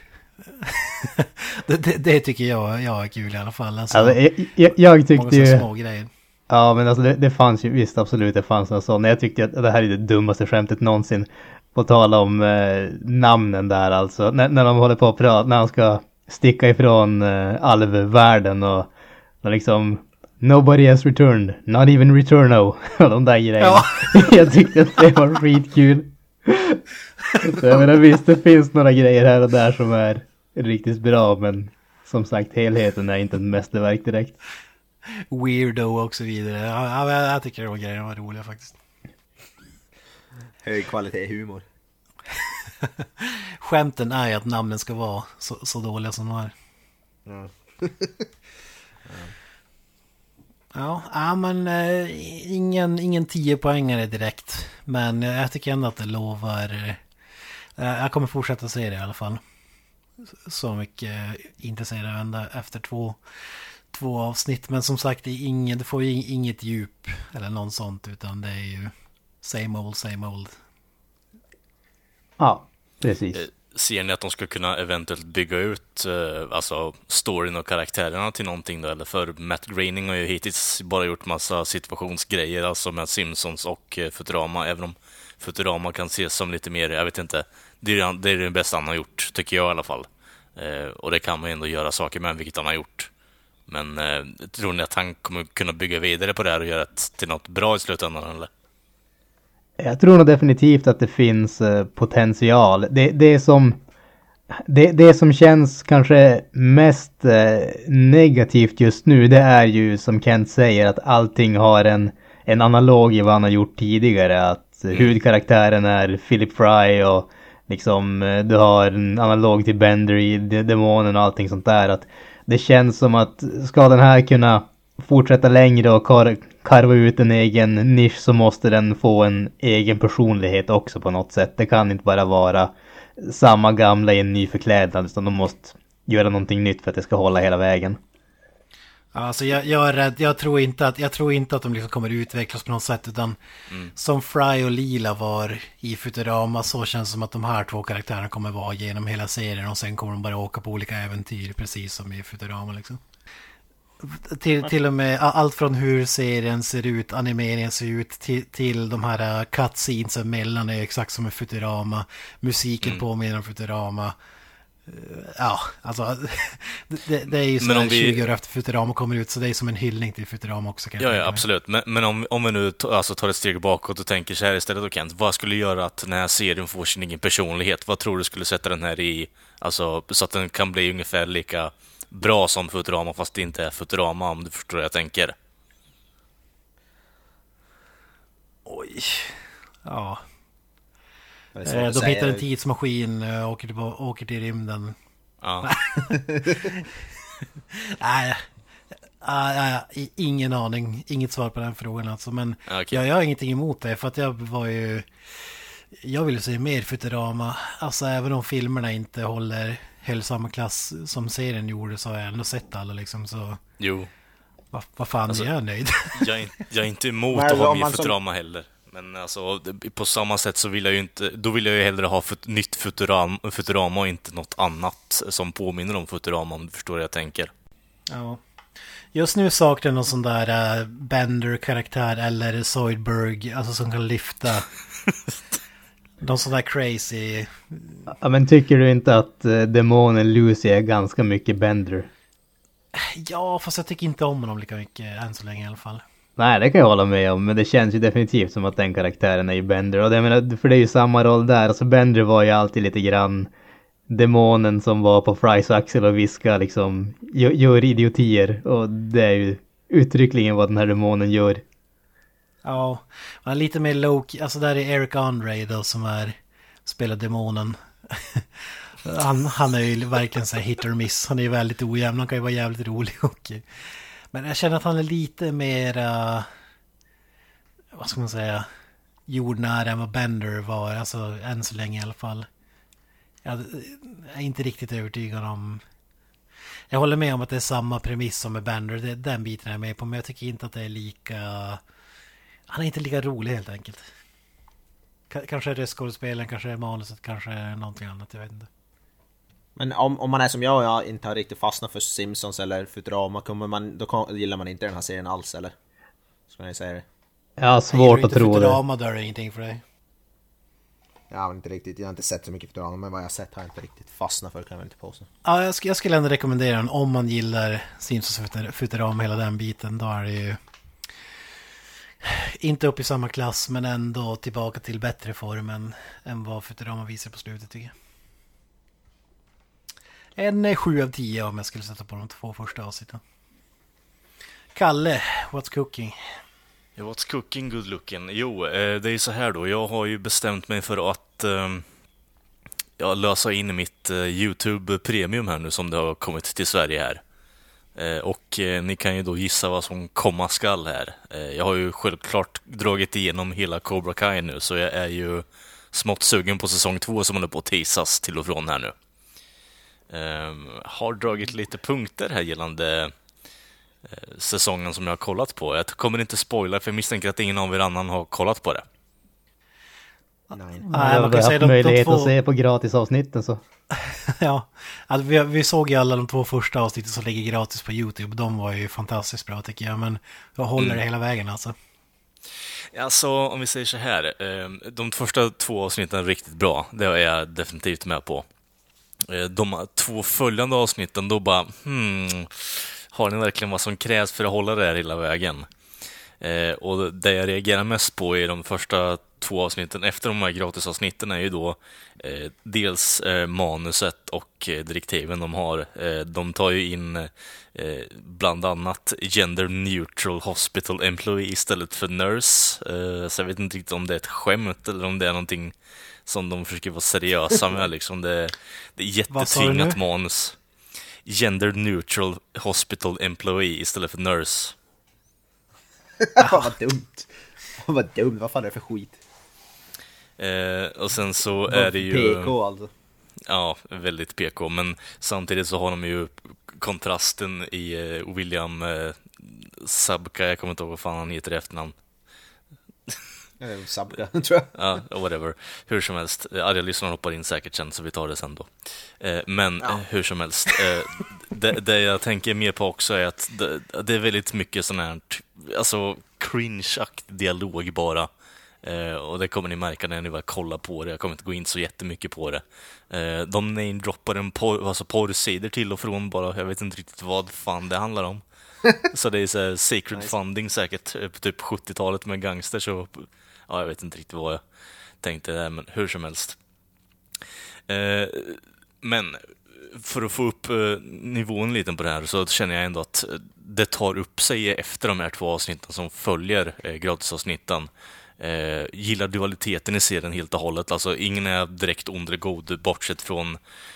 det tycker jag är kul i alla fall. Alltså, jag tyckte ju små grejer. Ja, men alltså det fanns ju, visst absolut, det fanns något sånt. Jag tyckte att det här är det dummaste skämtet någonsin. På tala om namnen där alltså. När de håller på att prata, när han ska sticka ifrån alvvärlden och liksom nobody has returned, not even Returno. Och de där grejerna. Ja. Jag tyckte att det var skitkul. Så jag menar, visst, det finns några grejer här och där som är riktigt bra, men som sagt, helheten är inte ett mästerverk direkt. Weirdo och så vidare. Jag tycker de grejerna var roliga faktiskt. Hög kvalitet humor. Skämten är ju att namnen ska vara så dåliga som de är. Ja, men ingen 10-poängare direkt. Men jag tycker ändå att det lovar. Jag kommer fortsätta se det i alla fall. Så mycket intresserad ända efter 2 avsnitt, men som sagt det får ju inget djup eller någon sånt, utan det är ju same old. Ja, precis. Ser ni att de ska kunna eventuellt bygga ut alltså storyn och karaktärerna till någonting då? Eller för Matt Groening har ju hittills bara gjort massa situationsgrejer, alltså med Simpsons och Futurama, även om Futurama kan ses som lite mer, jag vet inte, det är det bästa han har gjort, tycker jag i alla fall. Och det kan man ju ändå göra saker med, vilket han har gjort. Men tror ni att han kommer kunna bygga vidare på det här och göra det till något bra i slutändan, eller? Jag tror nog definitivt att det finns potential. Det som känns kanske mest negativt just nu, det är ju som Kent säger att allting har en analog i vad han har gjort tidigare. Att huvudkaraktären är Philip Fry och liksom du har en analog till Bender i demonen och allting sånt där. Att det känns som att ska den här kunna fortsätta längre och karva ut en egen nisch, så måste den få en egen personlighet också på något sätt. Det kan inte bara vara samma gamla i en ny förklädnad, utan de måste göra någonting nytt för att det ska hålla hela vägen. Alltså jag är rädd, jag tror inte att de liksom kommer utvecklas på något sätt, utan som Fry och Lila var i Futurama, så känns det som att de här 2 karaktärerna kommer vara genom hela serien, och sen kommer de bara åka på olika äventyr, precis som i Futurama liksom. Till och med allt från hur serien ser ut, animeringen ser ut, till de här cutscenes emellan är exakt som i Futurama. Musiken påminner om Futurama. Ja, alltså det är ju så här 20 år efter Futurama kommer ut, så det är som en hyllning till Futurama också. Ja, absolut. Men om vi nu tar ett steg bakåt och tänker så här istället då, Kent, vad skulle göra att den här serien får sin egen personlighet? Vad tror du skulle sätta den här i, alltså, så att den kan bli ungefär lika bra som Futurama, fast det inte är Futurama, om du förstår vad jag tänker? Oj. Ja. De hittar en tidsmaskin och åker till rymden. Ja. Nej. Ingen aning. Inget svar på den frågan alltså. Men okay. jag har ingenting emot det, för att jag vill se mer Futurama. Alltså även om filmerna inte höll samma klass som serien gjorde, så har jag ändå sett alla liksom, så. Jo. Vad fan, alltså, jag är nöjd. jag är inte emot att ha mer Futurama heller. Men alltså, på samma sätt så vill jag ju inte, då vill jag ju hellre ha nytt Futurama och inte något annat som påminner om Futurama, om du förstår vad jag tänker. Ja. Just nu saknar jag någon sån där Bender-karaktär eller Zoidberg, alltså som kan lyfta. Någon sån där crazy. Ja, men tycker du inte att demonen Lucy är ganska mycket Bender? Ja, fast jag tycker inte om honom lika mycket än så länge i alla fall. Nej, det kan jag hålla med om, men det känns ju definitivt som att den karaktären är ju Bender. Och det, menar, för det är ju samma roll där. Alltså Bender var ju alltid lite grann demonen som var på Frys axel och viska liksom, gör idiotier. Och det är ju uttryckligen vad den här demonen gör. Ja, han är lite mer low-key. Alltså där är Eric Andre då, som spelar demonen. han är ju verkligen så här hit or miss. Han är ju väldigt ojämn, han kan ju vara jävligt rolig och... Men jag känner att han är lite mer, vad ska man säga, jordnära än vad Bender var, alltså än så länge i alla fall. Jag är inte riktigt övertygad om... Jag håller med om att det är samma premiss som med Bender, den biten är jag med på, men jag tycker inte att det är lika... Han är inte lika rolig helt enkelt. Kanske är det skådespelaren, kanske är manuset, kanske är någonting annat, jag vet inte. Men om man är som jag och jag inte har riktigt fastnat för Simpsons eller Futurama, då gillar man inte den här serien alls, eller? Ska ni säga det? Ja, svårt att tro det. Futurama, då är det ingenting för dig. Ja, inte riktigt. Jag har inte sett så mycket Futurama, men vad jag har sett har jag inte riktigt fastnat för, kan jag inte påstå. Ja, jag skulle ändå rekommendera den om man gillar Simpsons Futurama, hela den biten. Då är det ju inte upp i samma klass, men ändå tillbaka till bättre form än vad Futurama visar på slutet, tycker jag. En 7 av 10 om jag skulle sätta på de 2 första avsnitten. Kalle, what's cooking? Ja, what's cooking, good looking? Jo, det är ju så här då. Jag har ju bestämt mig för att lösa in mitt YouTube Premium här nu, som det har kommit till Sverige här. Och ni kan ju då gissa vad som komma skall här. Jag har ju självklart dragit igenom hela Cobra Kai nu, så jag är ju smått sugen på säsong 2 som håller på att teasas till och från här nu. Har dragit lite punkter här gällande säsongen som jag har kollat på. Jag kommer inte spoila, för jag misstänker att ingen av er annan har kollat på det. Nej. Nej, jag man har kan säga haft möjlighet två... att se på gratisavsnitten så. Ja, alltså vi såg ju alla de 2 första avsnitten som ligger gratis på YouTube. De var ju fantastiskt bra tycker jag, men jag håller det hela vägen alltså. Alltså, om vi säger så här. De första 2 avsnitten är riktigt bra. Det är jag definitivt med på. De 2 följande avsnitten, då bara... har ni verkligen vad som krävs för att hålla det här hela vägen? Och det jag reagerar mest på i de första 2 avsnitten efter de här gratisavsnitten är ju då dels manuset och direktiven de har. De tar ju in bland annat gender neutral hospital employee istället för nurse. Så jag vet inte riktigt om det är ett skämt eller om det är någonting som de försöker vara seriösa med. Liksom. Det är jättetvingat manus. Gender neutral hospital employee istället för nurse. Vad dumt. Vad dumt, vad fan är det för skit? Och sen så är det ju... PK alltså. Ja, väldigt PK. Men samtidigt så har de ju kontrasten i William Sabka. Jag kommer inte ihåg vad fan han heter i efternamn. Sabka, tror jag. Ja, whatever. Hur som helst. Arga lyssnare hoppar in säkert sen, så vi tar det sen då. Men hur som helst. Det jag tänker mer på också är att det är väldigt mycket sån här, alltså cringe-aktig dialog bara. Och det kommer ni märka när ni väl kollar på det. Jag kommer inte gå in så jättemycket på det. De namedroppar en porrsidor till och från bara. Jag vet inte riktigt vad fan det handlar om. Så det är så här sacred funding säkert på typ 70-talet med gangsters och ja, jag vet inte riktigt vad jag tänkte där, men hur som helst. Men för att få upp nivån lite på det här så känner jag ändå att det tar upp sig efter de här 2 avsnitten som följer gratisavsnitten. Gillar dualiteten i serien helt och hållet. Alltså ingen är direkt ond eller god bortsett från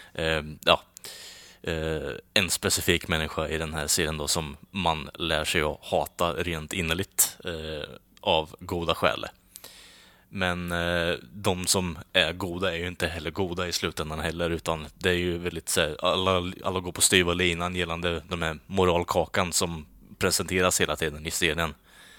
en specifik människa i den här serien då, som man lär sig att hata rent innerligt av goda skäl. Men de som är goda är ju inte heller goda i slutändan heller, utan det är ju väldigt så här, alla går på styva linan gällande de här moralkakan som presenteras hela tiden i serien.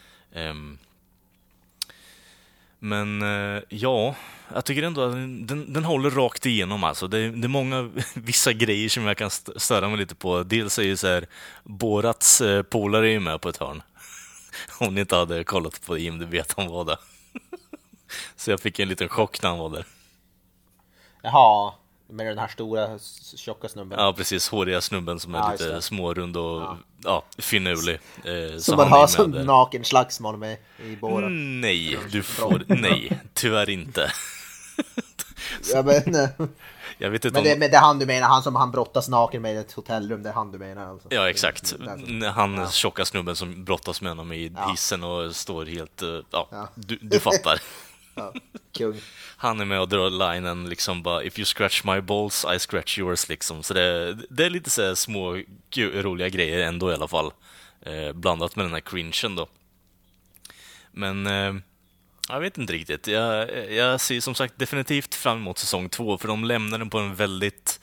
Men ja, jag tycker ändå att den håller rakt igenom alltså. Det är många, vissa grejer som jag kan störa mig lite på. Dels är ju så här, Borats polare är ju med på ett hörn. Om ni inte hade kollat på IMDb vet han var det. Så jag fick en liten chock när han var där. Jaha, med den här stora tjocka snubben. Ja, precis, håriga snubben som är lite smårund och finurlig. Som man har som naken slagsmål med i Borat. Nej, nej, tyvärr inte. Ja, men, jag vet inte men det är han du menar, han som han brottas naken med i ett hotellrum, det är han du menar alltså. Ja, exakt. Han tjocka snubben som brottas med honom i hissen och står helt... Du fattar. Ja, kung. Han är med och drar linen liksom bara, if you scratch my balls, I scratch yours liksom. Så det är lite så här små roliga grejer ändå i alla fall. Blandat med den här cringen då. Men jag vet inte riktigt. Jag ser som sagt definitivt fram emot säsong 2, för de lämnar den på en väldigt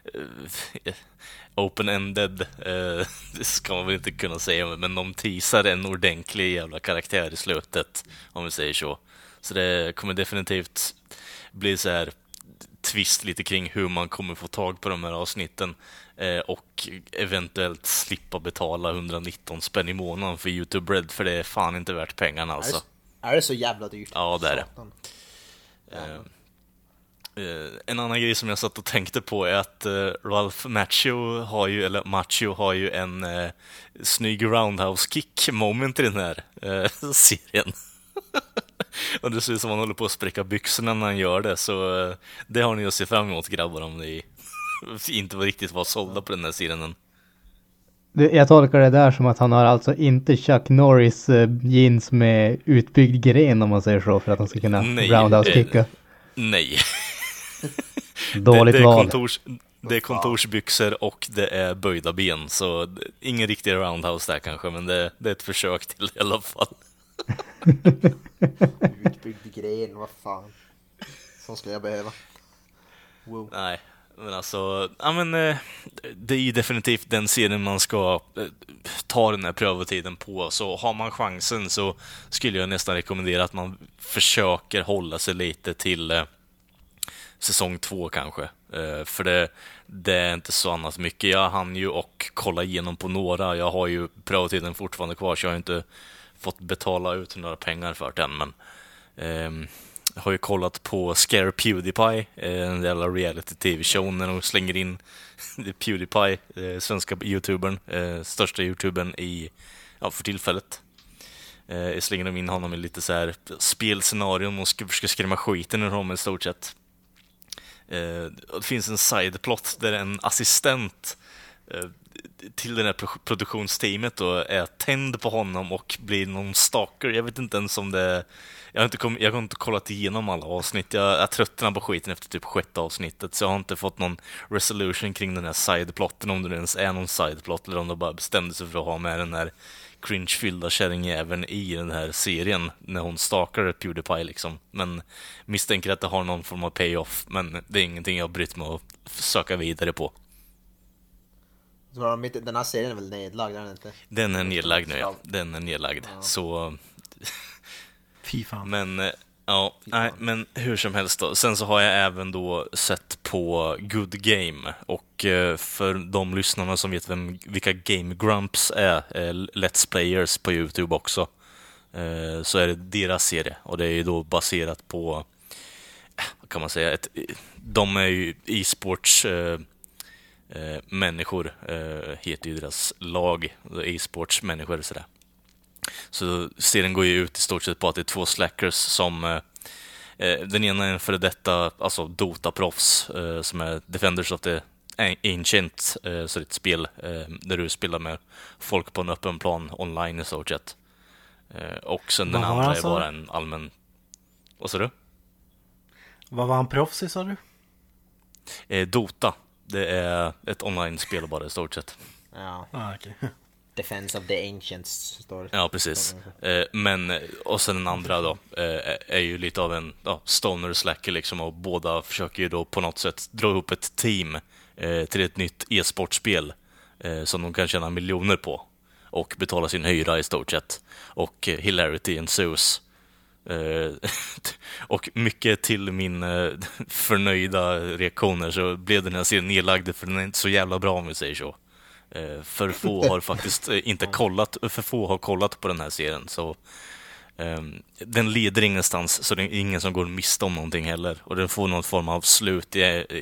open-ended, det ska man väl inte kunna säga, men de teasar en ordentlig jävla karaktär i slutet, om vi säger så. Så det kommer definitivt bli så här twist lite kring hur man kommer få tag på de här avsnitten och eventuellt slippa betala 119 spänn i månaden för YouTube Red, för det är fan inte värt pengarna alltså. Är det så jävla dyrt? Ja, det är det. En annan grej som jag satt och tänkte på är att Ralph Macchio har ju en snygg roundhouse kick moment i den här serien. Och det ser ut som han håller på att spräcka byxorna när han gör det, så det har ni att se fram emot, grabbar, om ni inte riktigt var sålda på den här serien. Jag tolkar det där som att han har alltså inte Chuck Norris jeans med utbyggd gren, om man säger så, för att han ska kunna roundhouse-kicka. Nej. Dåligt val. Det är kontorsbyxor och det är böjda ben, så ingen riktig roundhouse där kanske, men det är ett försök till i alla fall. Utbyggd gren, vad fan. Så ska jag behöva. Wow. Nej, men alltså, det är ju definitivt den serien man ska ta den här prövotiden på. Så har man chansen så skulle jag nästan rekommendera att man försöker hålla sig lite till säsong 2 kanske. För det är inte så annat mycket. Jag hann ju och kolla igenom på några. Jag har ju prövotiden fortfarande kvar, så jag har inte fått betala ut några pengar för den. Men jag har ju kollat på Scare Pewdiepie, en jävla reality-tv-show när de slänger in Pewdiepie, svenska youtubern, största youtubern för tillfället. Slänger de in honom i lite så här spelscenarion och ska skrämma skiten ur honom i stort sett. Det finns en sideplot där en assistent till det här produktionsteamet då är tänd på honom och blir någon stalker. Jag vet inte ens om det... Jag har inte kollat igenom alla avsnitt. Jag tröttnade på skiten efter typ 6:e avsnittet, så jag har inte fått någon resolution kring den här sideplotten, om det ens är någon sideplot eller om de bara bestämde sig för att ha med den här cringe-fyllda kärringjäveln i den här serien när hon stalkar Pewdiepie liksom. Men misstänker att det har någon form av payoff, men det är ingenting jag har brytt mig att söka vidare på. Så den här serien är väl nedlagd, är den inte? Den är nedlagd nu, ja. Den är nedlagd. Ja. Så... Fy fan. Men ja, nej, men hur som helst då. Sen så har jag även då sett på Good Game, och för de lyssnarna som vet vilka Game Grumps är, Let's Players på YouTube också, så är det deras serie, och det är ju då baserat på, vad kan man säga, de är ju e-sports människor, heter ju deras lag, e-sports människor sådär. Så serien går ju ut i stort sett på att det är 2 slackers som... den ena är en före detta, alltså Dota-proffs, som är Defenders of the Ancient, så det är ett spel där du spelar med folk på en öppen plan online i stort sett. Och sen den andra är bara en allmän... Vad sa du? Vad var han proffs i, sa du? Dota. Det är ett online-spel bara i stort sett. Ja. Okay. Defense of the Ancients står. Ja, precis. Men, och sen den andra då är ju lite av en stoner slacker liksom, och båda försöker ju då på något sätt dra ihop ett team till ett nytt e-sportspel som de kan tjäna miljoner på och betala sin hyra i stort sett. Och hilarity ensues. Och mycket till min förnöjda reaktioner så blev den här serien nedlagd, för den är inte så jävla bra om vi säger så. För få har faktiskt inte kollat, för få har kollat på den här serien, så den leder ingenstans, så det är ingen som går miste om någonting heller, och den får någon form av slut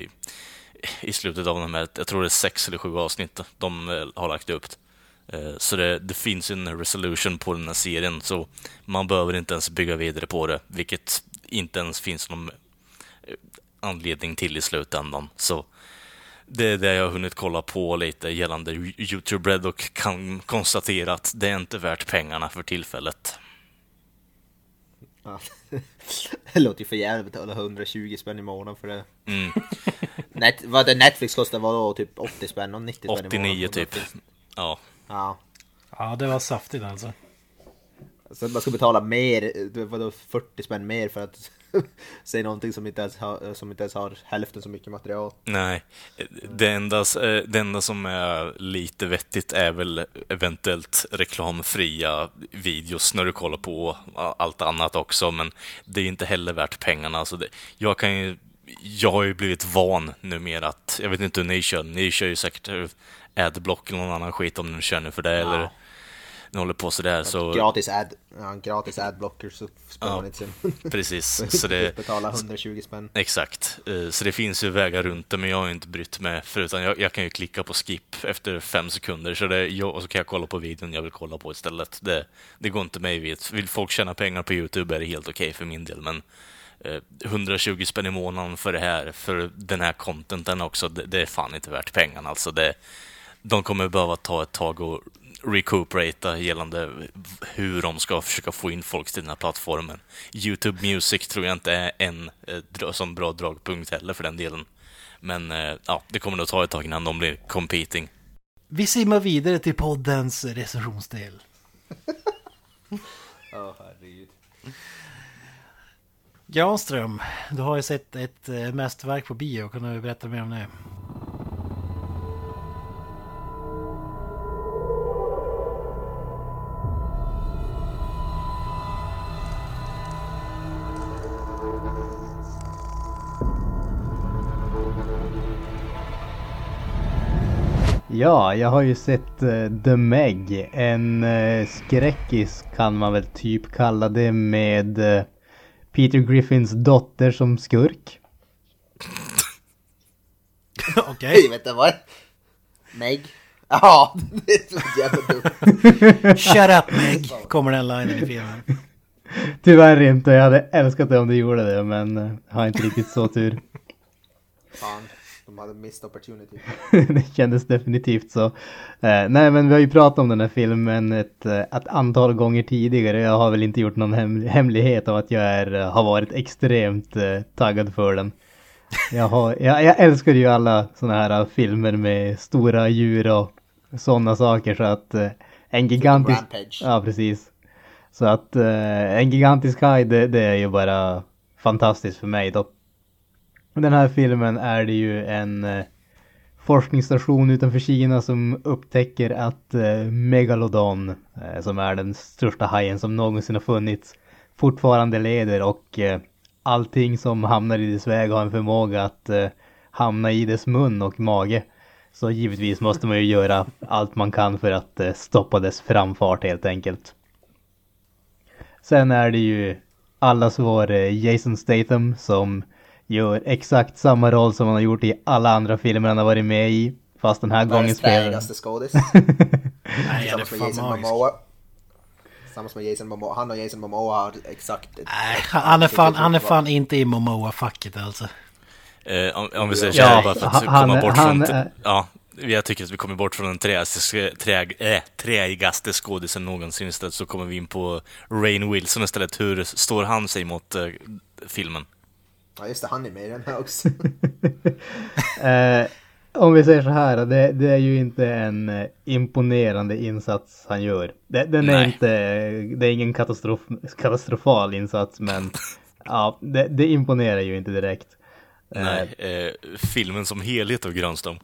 i slutet av de här, jag tror det är 6 eller 7 avsnitt de har lagt upp. Så det finns en resolution på den här serien, så man behöver inte ens bygga vidare på det, vilket inte ens finns någon anledning till i slutändan. Så det är det jag har hunnit kolla på lite gällande YouTube Red, och kan konstatera att det är inte värt pengarna för tillfället. Ja. Det låter ju för jävligt att betala 120 spänn i månaden för det. Vad det Netflix kostar var då typ 80 spänn och 90 spänn i månaden. 89 typ. Ja. Ja, det var saftigt alltså. Så man ska betala mer, vadå 40 spänn mer för att se någonting som inte ens har hälften så mycket material. Nej, det enda som är lite vettigt är väl eventuellt reklamfria videos när du kollar på allt annat också, men det är ju inte heller värt pengarna. Alltså jag har ju blivit van numera att, jag vet inte hur ni kör ju säkert Adblock eller någon annan skit om ni känner för det, eller ni håller på sådär, så... Gratis adblocker, så spelar man inte sen. Precis, så det... betala 120 spänn. Exakt, så det finns ju vägar runt det, men jag har ju inte brytt mig, förutom jag kan ju klicka på skip efter 5 sekunder, och så kan jag kolla på videon jag vill kolla på istället. Det går inte mig vid. Vill folk tjäna pengar på YouTube är det helt okej för min del, men 120 spänn i månaden för den här contenten också, det är fan inte värt pengarna. Alltså de kommer behöva ta ett tag och recuperata gällande hur de ska försöka få in folk till den här plattformen. YouTube Music tror jag inte är en som bra dragpunkt heller för den delen. Men det kommer nog ta ett tag innan de blir competing. Vi simmar vidare till poddens recensionsdel. Herregud. Granström, du har ju sett ett mästerverk på bio. Kan du berätta mer om det? Ja, jag har ju sett The Meg. En skräckis kan man väl typ kalla det, med Peter Griffins dotter som skurk. Okej. Vet du vad? Meg? Ja, det är så jävla dumt. Shut up Meg, kommer den linen i filmen. Tyvärr inte, jag hade älskat det om de gjorde det, men har inte riktigt så tur. Fan, de hade missed opportunity. Det kändes definitivt så. Nej, men vi har ju pratat om den här filmen ett antal gånger tidigare. Jag har väl inte gjort någon hemlighet av att jag har varit extremt taggad för den. Jag älskar ju alla såna här filmer med stora djur och sådana saker, så att en gigantisk... Rampage. Ja, precis. Så att en gigantisk haj, det är ju bara fantastiskt för mig då. Den här filmen är det ju en forskningsstation utanför Kina som upptäcker att Megalodon, som är den största hajen som någonsin har funnits, fortfarande leder, och allting som hamnar i dess väg har en förmåga att hamna i dess mun och mage. Så givetvis måste man ju göra allt man kan för att stoppa dess framfart helt enkelt. Sen är det ju allas vår Jason Statham som gör exakt samma roll som han har gjort i alla andra filmer han har varit med i. Fast den här gången spelar han... skådis. Nej, jag är Tillsammans med Jason fan Momoa. Tillsammans med Jason Momoa. Han och Jason Momoa har exakt... Nej, han är fan inte i Momoa-facket alltså. Om vi säger så Ja, bara för att komma bort från... är- Ja, jag tycker att vi kommer bort från den träigaste skådisen någonsin. Istället så kommer vi in på Rainn Wilson istället. Hur står han sig mot filmen? Ja, just det, han är med i den här också. Om vi säger så här, det är ju inte en imponerande insats han gör. Den är Nej. inte, det är ingen katastrofal insats, men ja, det imponerar ju inte direkt. Nej, filmen som helhet av Grönstam.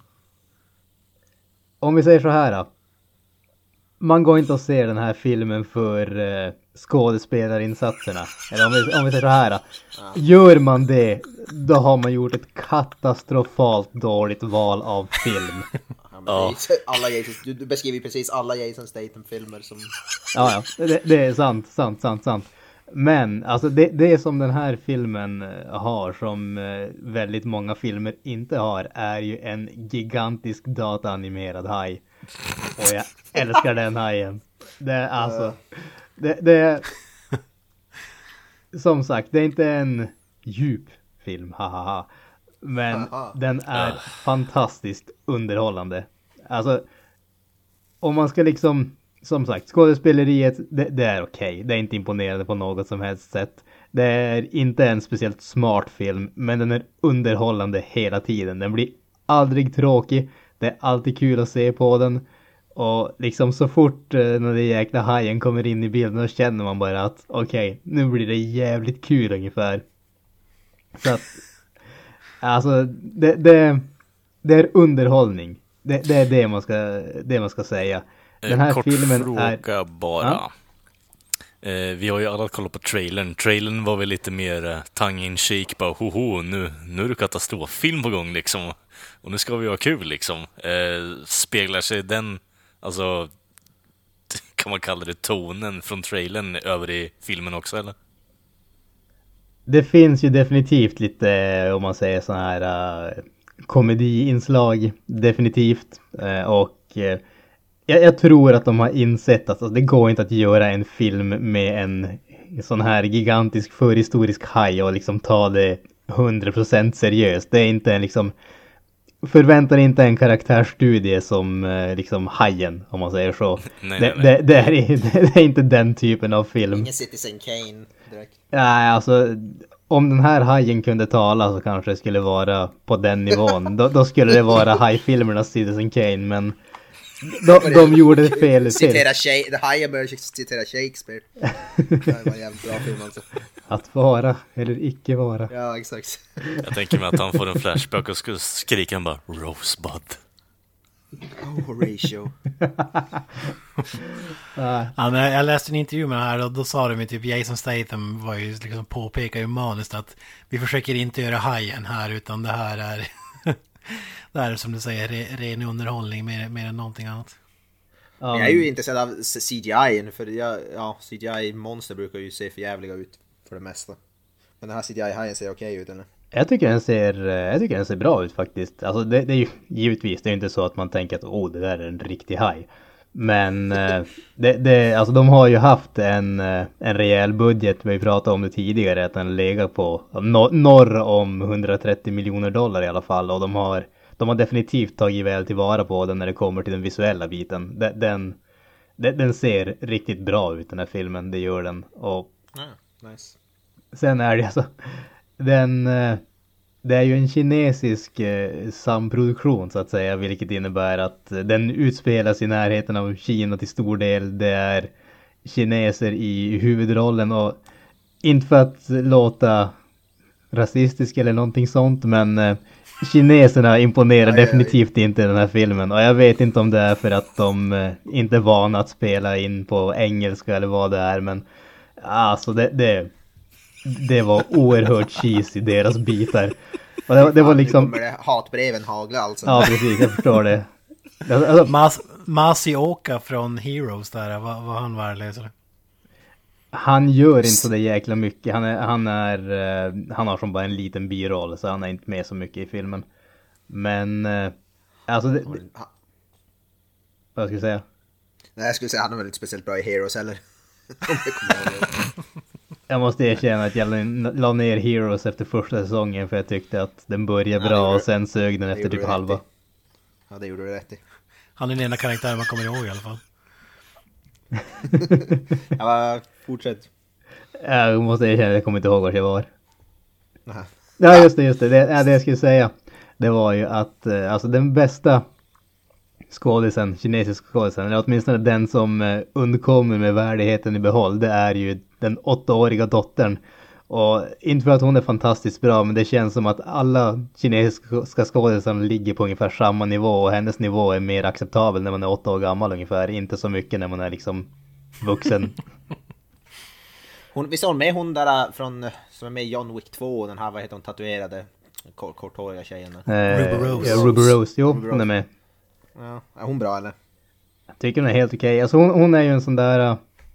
Om vi säger så här, man går inte och ser den här filmen för skådespelarinsatserna. Eller om vi säger så här, gör man det, då har man gjort ett katastrofalt dåligt val av film. Ja. Alla Jason, du beskriver precis alla Jason Statham-filmer som... Ja, det är sant. Men alltså det som den här filmen har, som väldigt många filmer inte har, är ju en gigantisk dataanimerad haj. Och jag älskar den hajen. Det är alltså... Det är... Som sagt, det är inte en djup film, hahaha. Men den är fantastiskt underhållande. Alltså, om man ska liksom... Som sagt, skådespeleriet, det är okej. Det är inte imponerande på något som helst sätt. Det är inte en speciellt smart film, men den är underhållande hela tiden. Den blir aldrig tråkig. Det är alltid kul att se på den. Och liksom så fort när det jäkla hajen kommer in i bilden, då känner man bara att okej, nu blir det jävligt kul ungefär. Så att, alltså, det är underhållning. Det är det man ska säga. Den här kort filmen fråga är... bara. Ja? Vi har ju alla kollat på trailern. Trailern var väl lite mer tongue in cheek, bara hoho, nu är det katastroffilm på gång liksom. Och nu ska vi ha kul liksom. Speglar sig den, alltså, kan man kalla det, tonen från trailern över i filmen också, eller? Det finns ju definitivt lite, om man säger så här, komediinslag, definitivt. Och jag tror att de har insett att alltså, det går inte att göra en film med en sån här gigantisk förhistorisk haj och liksom ta det 100% seriöst. Det är inte en liksom... Förväntar inte en karaktärsstudie som liksom hajen, om man säger så. Nej. Det är inte den typen av film. Ingen Citizen Kane direkt. Nej, alltså om den här hajen kunde tala så kanske det skulle vara på den nivån. Då skulle det vara hajfilmernas Citizen Kane, men de gjorde fel. Hajen började citera Shakespeare. Det var en jävligt bra film alltså. Att vara eller icke vara. Ja, exakt. Jag tänker mig att han får en flashback och skriker han bara Rosebud. Oh, Horatio. Ja, men jag läste en intervju med det här och då sa de ju typ Jason Statham var ju liksom påpekar ju manuskt att vi försöker inte göra hajen här utan det här är det är som du säger ren underhållning mer än någonting annat. Jag är ju intresserad av CGI, för CGI-monster brukar ju se för jävliga ut för det mesta. Men den här CGI-hajen ser okej ut, eller? Jag tycker den ser bra ut faktiskt. Alltså det är ju givetvis, det är inte så att man tänker att det där är en riktig haj. Men alltså de har ju haft en rejäl budget, vi pratade om det tidigare, att den legat på norr om $130 miljoner i alla fall. Och de har definitivt tagit väl tillvara på den när det kommer till den visuella biten. Den ser riktigt bra ut, den här filmen, det gör den. Och nice. Sen är det alltså, det är ju en kinesisk samproduktion så att säga, vilket innebär att den utspelas i närheten av Kina till stor del. Det är kineser i huvudrollen, och inte för att låta rasistisk eller någonting sånt, men kineserna imponerar definitivt inte i den här filmen. Och jag vet inte om det är för att de inte är vana att spela in på engelska eller vad det är, men alltså det var oerhört cheesy, deras bitar. Och det var liksom... Nu kommer det hatbreven hagla alltså. Ja, precis, jag förstår det. Alltså, Masioka från Heroes där, var han värdelös eller? Han gör inte så det jäkla mycket. Han har som bara en liten biroll, så han är inte med så mycket i filmen. Men alltså vad ska jag säga? Nej, jag skulle säga han är väl inte speciellt bra i Heroes heller. Jag måste erkänna att jag la ner Heroes efter första säsongen, för jag tyckte att den började bra och sen sög den efter typ halva. Ja, det gjorde du rätt i. Han är den enda karaktären man kommer ihåg i alla fall. Ja, fortsätt. Jag måste erkänna att jag kommer inte ihåg var jag var. Nähä. Ja, just det. Det jag skulle säga. Det var ju att alltså den bästa kinesisk skådisen, eller åtminstone den som undkommer med värdigheten i behåll, det är ju den 8-åriga dottern. Och inte för att hon är fantastiskt bra, men det känns som att alla kinesiska skådespelare ligger på ungefär samma nivå, och hennes nivå är mer acceptabel när man är 8 år gammal ungefär, inte så mycket när man är liksom vuxen. Visst är hon med, hon där från, som är med i John Wick 2, den här, vad heter hon, tatuerade korthåriga tjejen? Ruby Rose. Ja, Ruby Rose, jo, hon är med. Ja, är hon bra eller? Jag tycker hon är helt okej. Alltså hon är ju en sån där...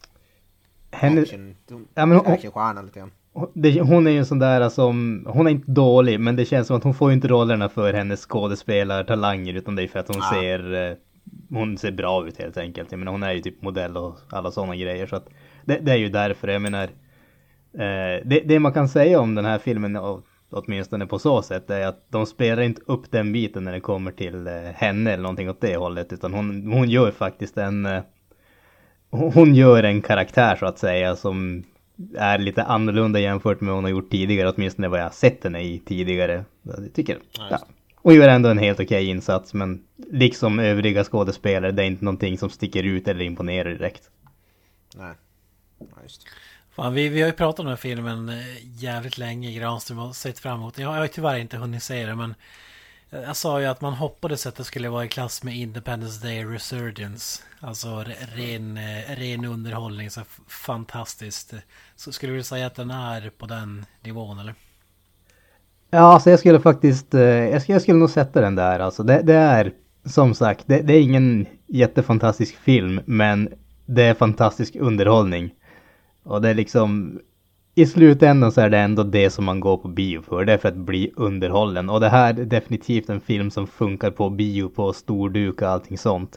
Actionstjärna lite grann. Hon är ju en sån där som... Hon är inte dålig, men det känns som att hon får inte rollerna för hennes skådespelartalanger, utan det är för att hon ser bra ut helt enkelt. Jag menar, hon är ju typ modell och alla sådana grejer, så att det är ju därför. Jag menar, det man kan säga om den här filmen, åtminstone på så sätt, är att de spelar inte upp den biten när det kommer till henne eller någonting åt det hållet, utan hon gör faktiskt hon gör en karaktär så att säga som är lite annorlunda jämfört med vad hon har gjort tidigare, åtminstone vad jag har sett henne i tidigare. Jag tycker, hon gör ändå en helt okej insats, men liksom övriga skådespelare, det är inte någonting som sticker ut eller imponerar direkt. Nej, just. Fan, vi har ju pratat om den här filmen jävligt länge, Granström, och sett fram emot. Jag har tyvärr inte hunnit se det, men jag sa ju att man hoppades att det skulle vara i klass med Independence Day Resurgence. Alltså ren underhållning, så fantastiskt. Så skulle du säga att den är på den nivån, eller? Ja, så jag skulle faktiskt, jag skulle nog sätta den där. Alltså det är, som sagt, det är ingen jättefantastisk film, men det är fantastisk underhållning. Och det är liksom, i slutändan så är det ändå det som man går på bio för. Det är för att bli underhållen. Och det här är definitivt en film som funkar på bio, på storduk och allting sånt.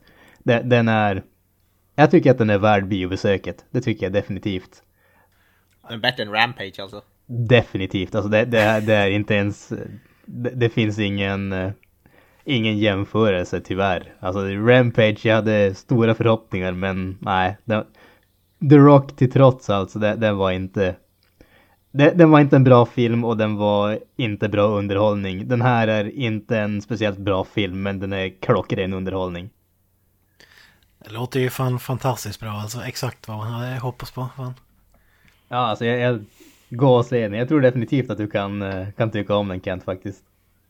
Jag tycker att den är värd biobesöket. Det tycker jag definitivt. Den är bättre än Rampage alltså? Definitivt. Alltså det är inte ens, det finns ingen jämförelse tyvärr. Alltså Rampage, jag hade stora förhoppningar, men nej. The Rock till trots, alltså den var inte en bra film, och den var inte bra underhållning. Den här är inte en speciellt bra film, men den är klockren underhållning. Det låter ju fantastiskt bra, alltså exakt vad man hade hoppats på. Fan. Ja, alltså jag går och ser den. Jag tror definitivt att du kan tycka om den, Kent, faktiskt.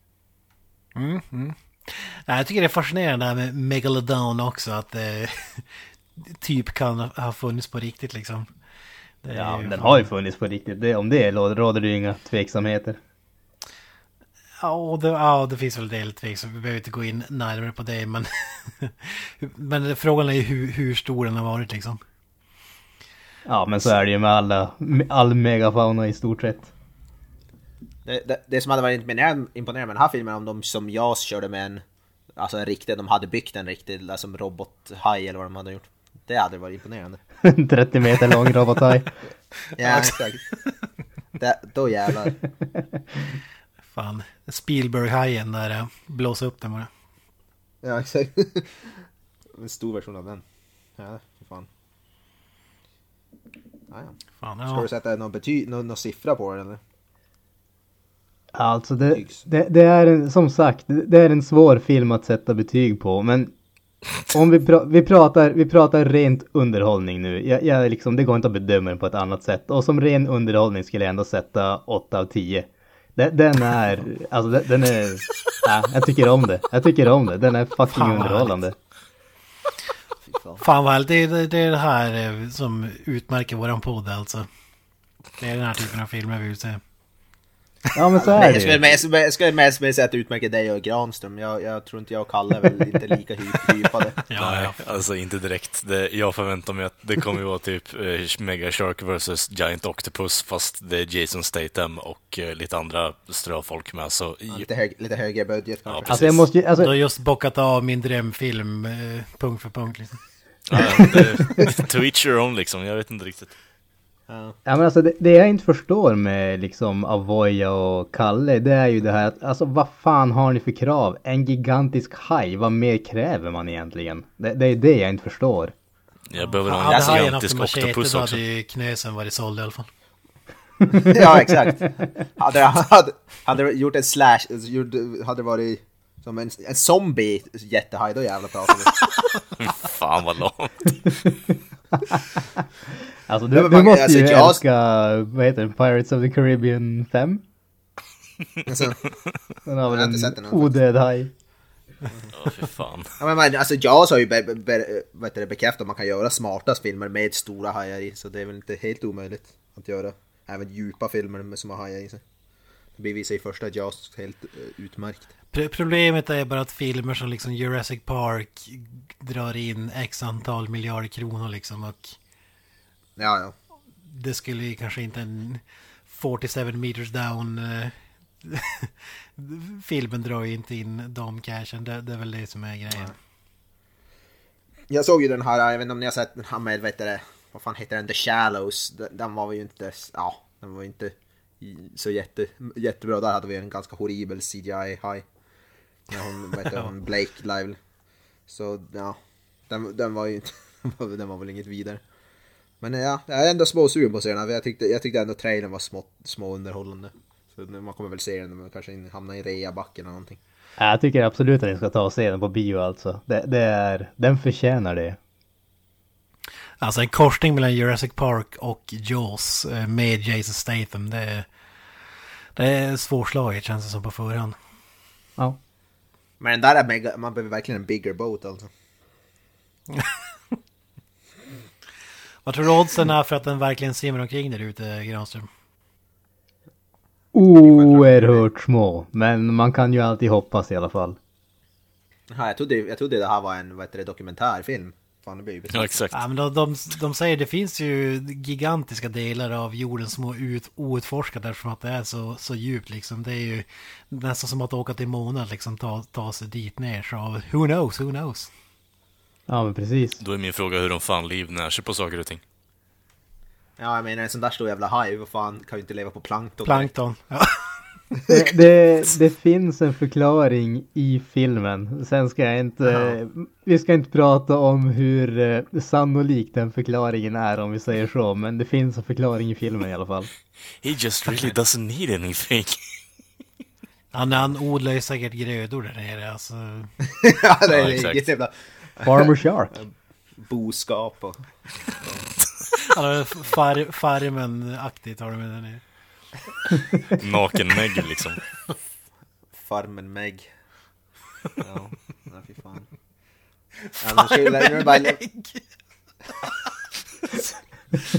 Jag tycker det är fascinerande där med Megalodon också, att typ kan ha funnits på riktigt liksom. Ja, den har ju funnits på riktigt. Om det råder det ju inga tveksamheter. Det finns väl delvis, så vi behöver inte gå in närmare på det, men men frågan är ju hur stor den har varit liksom. Ja, men så är det ju med all megafauna i stort sett. Det som hade varit imponerande med den här filmen, om de som jag körde med en riktig, de hade byggt en riktig som robothaj eller vad de hade gjort. Det hade varit imponerande. 30 meter lång robothaj. Ja, exakt. Då jävlar. Fan, Spielberg-hajen där blåsa upp den bara. Ja, exakt. En stor version av den. Ja, för fan. Ja. Fan, Ska du sätta någon siffra på den eller? Alltså det är som sagt, det är en svår film att sätta betyg på, men om vi pratar rent underhållning nu. Jag liksom, det går inte att bedöma den på ett annat sätt. Och som ren underhållning skulle jag ändå sätta 8 av 10. Den är, alltså den är, jag tycker om det. Den är fucking underhållande. Fan väl, det är det här som utmärker våran podd alltså. Det är den här typen av filmer vi vill se. Ja, men så är det. Jag skulle mest säga att det utmärker dig och Granström. Jag tror inte jag och Kalle är väl inte lika hypade. Nej, alltså inte direkt. Jag förväntar mig att det kommer att vara typ Mega Shark vs Giant Octopus, fast det är Jason Statham och lite andra ströfolk med. Så Lite högre budget. Ja, alltså Du har just bockat av min drömfilm punkt för punkt liksom. To each your own liksom, jag vet inte riktigt. Ja, men alltså det jag inte förstår med liksom Avoya och Kalle, det är ju det här att, alltså vad fan har ni för krav? En gigantisk haj, vad mer kräver man egentligen? Det är det jag inte förstår. Jag behöver ha en gigantisk octopus också. Då hade ju knösen varit såld i alla fall. Ja, exakt. Hade det gjort en slash, hade det varit som en zombie jättehaj, då jävla pratar vi. Fan vad långt. Alltså du måste ju älska, vad heter det, Pirates of the Caribbean 5? Alltså, den har väl en odöd haj. Ja, för fan. Ja, men alltså Jaws har ju bekräftat att man kan göra smarta filmer med stora hajar i, så det är väl inte helt omöjligt att göra även djupa filmer med som har hajar i sig. Det bevisar i första Jaws helt utmärkt. Problemet är bara att filmer som liksom Jurassic Park drar in x antal miljarder kronor liksom, och ja. Det skulle ju kanske inte en 47 meters down filmen drar ju inte in de cashen. Det är väl det som är grejen. Jag såg ju den här, jag vet inte om ni har sett den här med, vet du, vad fan heter den, The Shallows. Den var ju inte, den var inte så jättebra. Där hade vi en ganska horribel CGI-high. När hon, vet du, hon Blake Lively. Så ja, den var ju inte, den var väl inget vidare. Men ja, jag är ändå småsugen på serien. Jag tyckte ändå trailern var små underhållande. Så man kommer väl se den när man kanske hamnar i reabacken eller någonting. Jag tycker absolut att ni ska ta och se den på bio alltså. Den förtjänar det. Alltså en korsning mellan Jurassic Park och Jaws med Jason Statham, det är svårslaget, känns det som på förhand. Ja. Men den där är man behöver verkligen en bigger boat alltså. Vad tror du oddsen är för att den verkligen simmar omkring där ute, Granström? Oerhört små, men man kan ju alltid hoppas i alla fall. Ja, jag trodde det här var en dokumentärfilm. Ja, exakt. Ja, men de säger det finns ju gigantiska delar av jorden som är outforskade därför att det är så djupt liksom. Det är ju nästan som att åka till månen liksom, ta sig dit ner. Så who knows? Ja, men precis. Då är min fråga hur de fan livnär sig på saker och ting. Ja, jag menar en sån där stor jävla haj, vad fan, kan ju inte leva på plankton. Ja. Det finns en förklaring i filmen. Sen ska jag inte... Vi ska inte prata om hur sannolikt den förklaringen är, om vi säger så. Men det finns en förklaring i filmen i alla fall. He just really doesn't need anything. Han odlar ju säkert grödor där nere. Alltså. Ja, det är inget jävla... Farmer Shark. Boskap och... Farmen-aktigt har de med där nere. Naken Meg liksom. Farmen Meg. Ja, fy fan. Farmen Meg.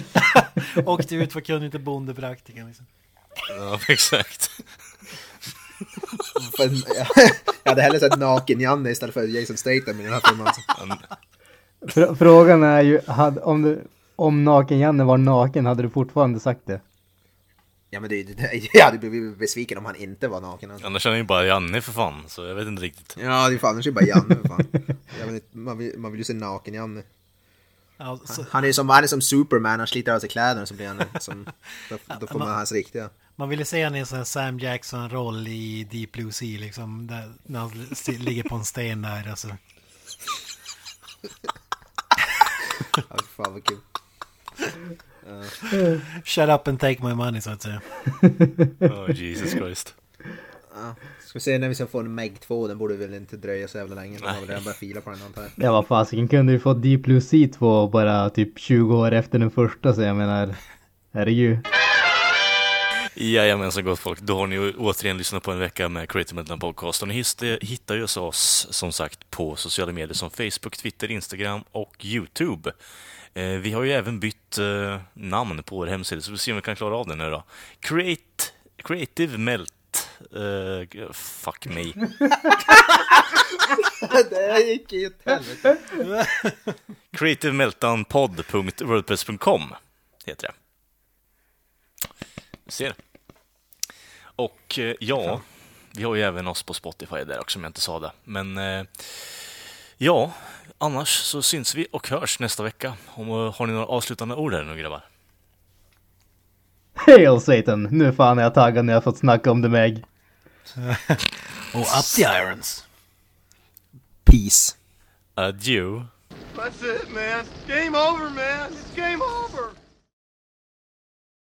Åkte ut för kunde inte bondepraktiken liksom. Ja, exakt. Jag hade hellre sett naken Janne istället för Jason Statham i den här filmen alltså. Frågan är ju, om naken Janne var naken, hade du fortfarande sagt det? Ja, men jag hade blivit besviken om han inte var naken alltså. Annars känner jag ju bara Janne för fan, så jag vet inte riktigt. Ja, det är fan, annars är det bara Janne för fan. Man vill ju se naken Janne. Alltså, Han är som Superman, han sliter av sig kläderna så blir han som, då får man hans riktiga. man ville se han i en sån här Sam Jackson-roll i Deep Blue Sea liksom, där, när han ligger på en sten där alltså. Ja, fan vad kul. Shut up and take my money så att säga. Oh, Jesus Christ. Ja. Ska vi se när vi ska få en Meg 2, den borde väl inte dröja så jävla länge. Man har väl redan börjat fila på den antar jag. Ja, vad fasiken, kunde ju få Deep Blue Sea 2 bara typ 20 år efter den första, så jag menar, herregud. Jajamensan gott folk, då har ni ju återigen lyssnat på en vecka med Creative Metal Podcast. Och ni hittar ju oss som sagt på sociala medier som Facebook, Twitter, Instagram och YouTube. Vi har ju även bytt namn på vår hemsida, så vi ser om vi kan klara av den nu då. Creative Melt. Fuck me. Det gick ju åt helvete. creativemeltdownpod.wordpress.com heter det. Ser. Och ja, vi har ju även oss på Spotify där också, om jag inte sa det. Men ja, annars så syns vi och hörs nästa vecka. Har ni några avslutande ord här nu, grabbar? Hail Satan, nu fan är jag taggad när jag fått snacka om det Meg. Och up the irons. Peace. Adieu. That's it, man. Game over, man. It's game over.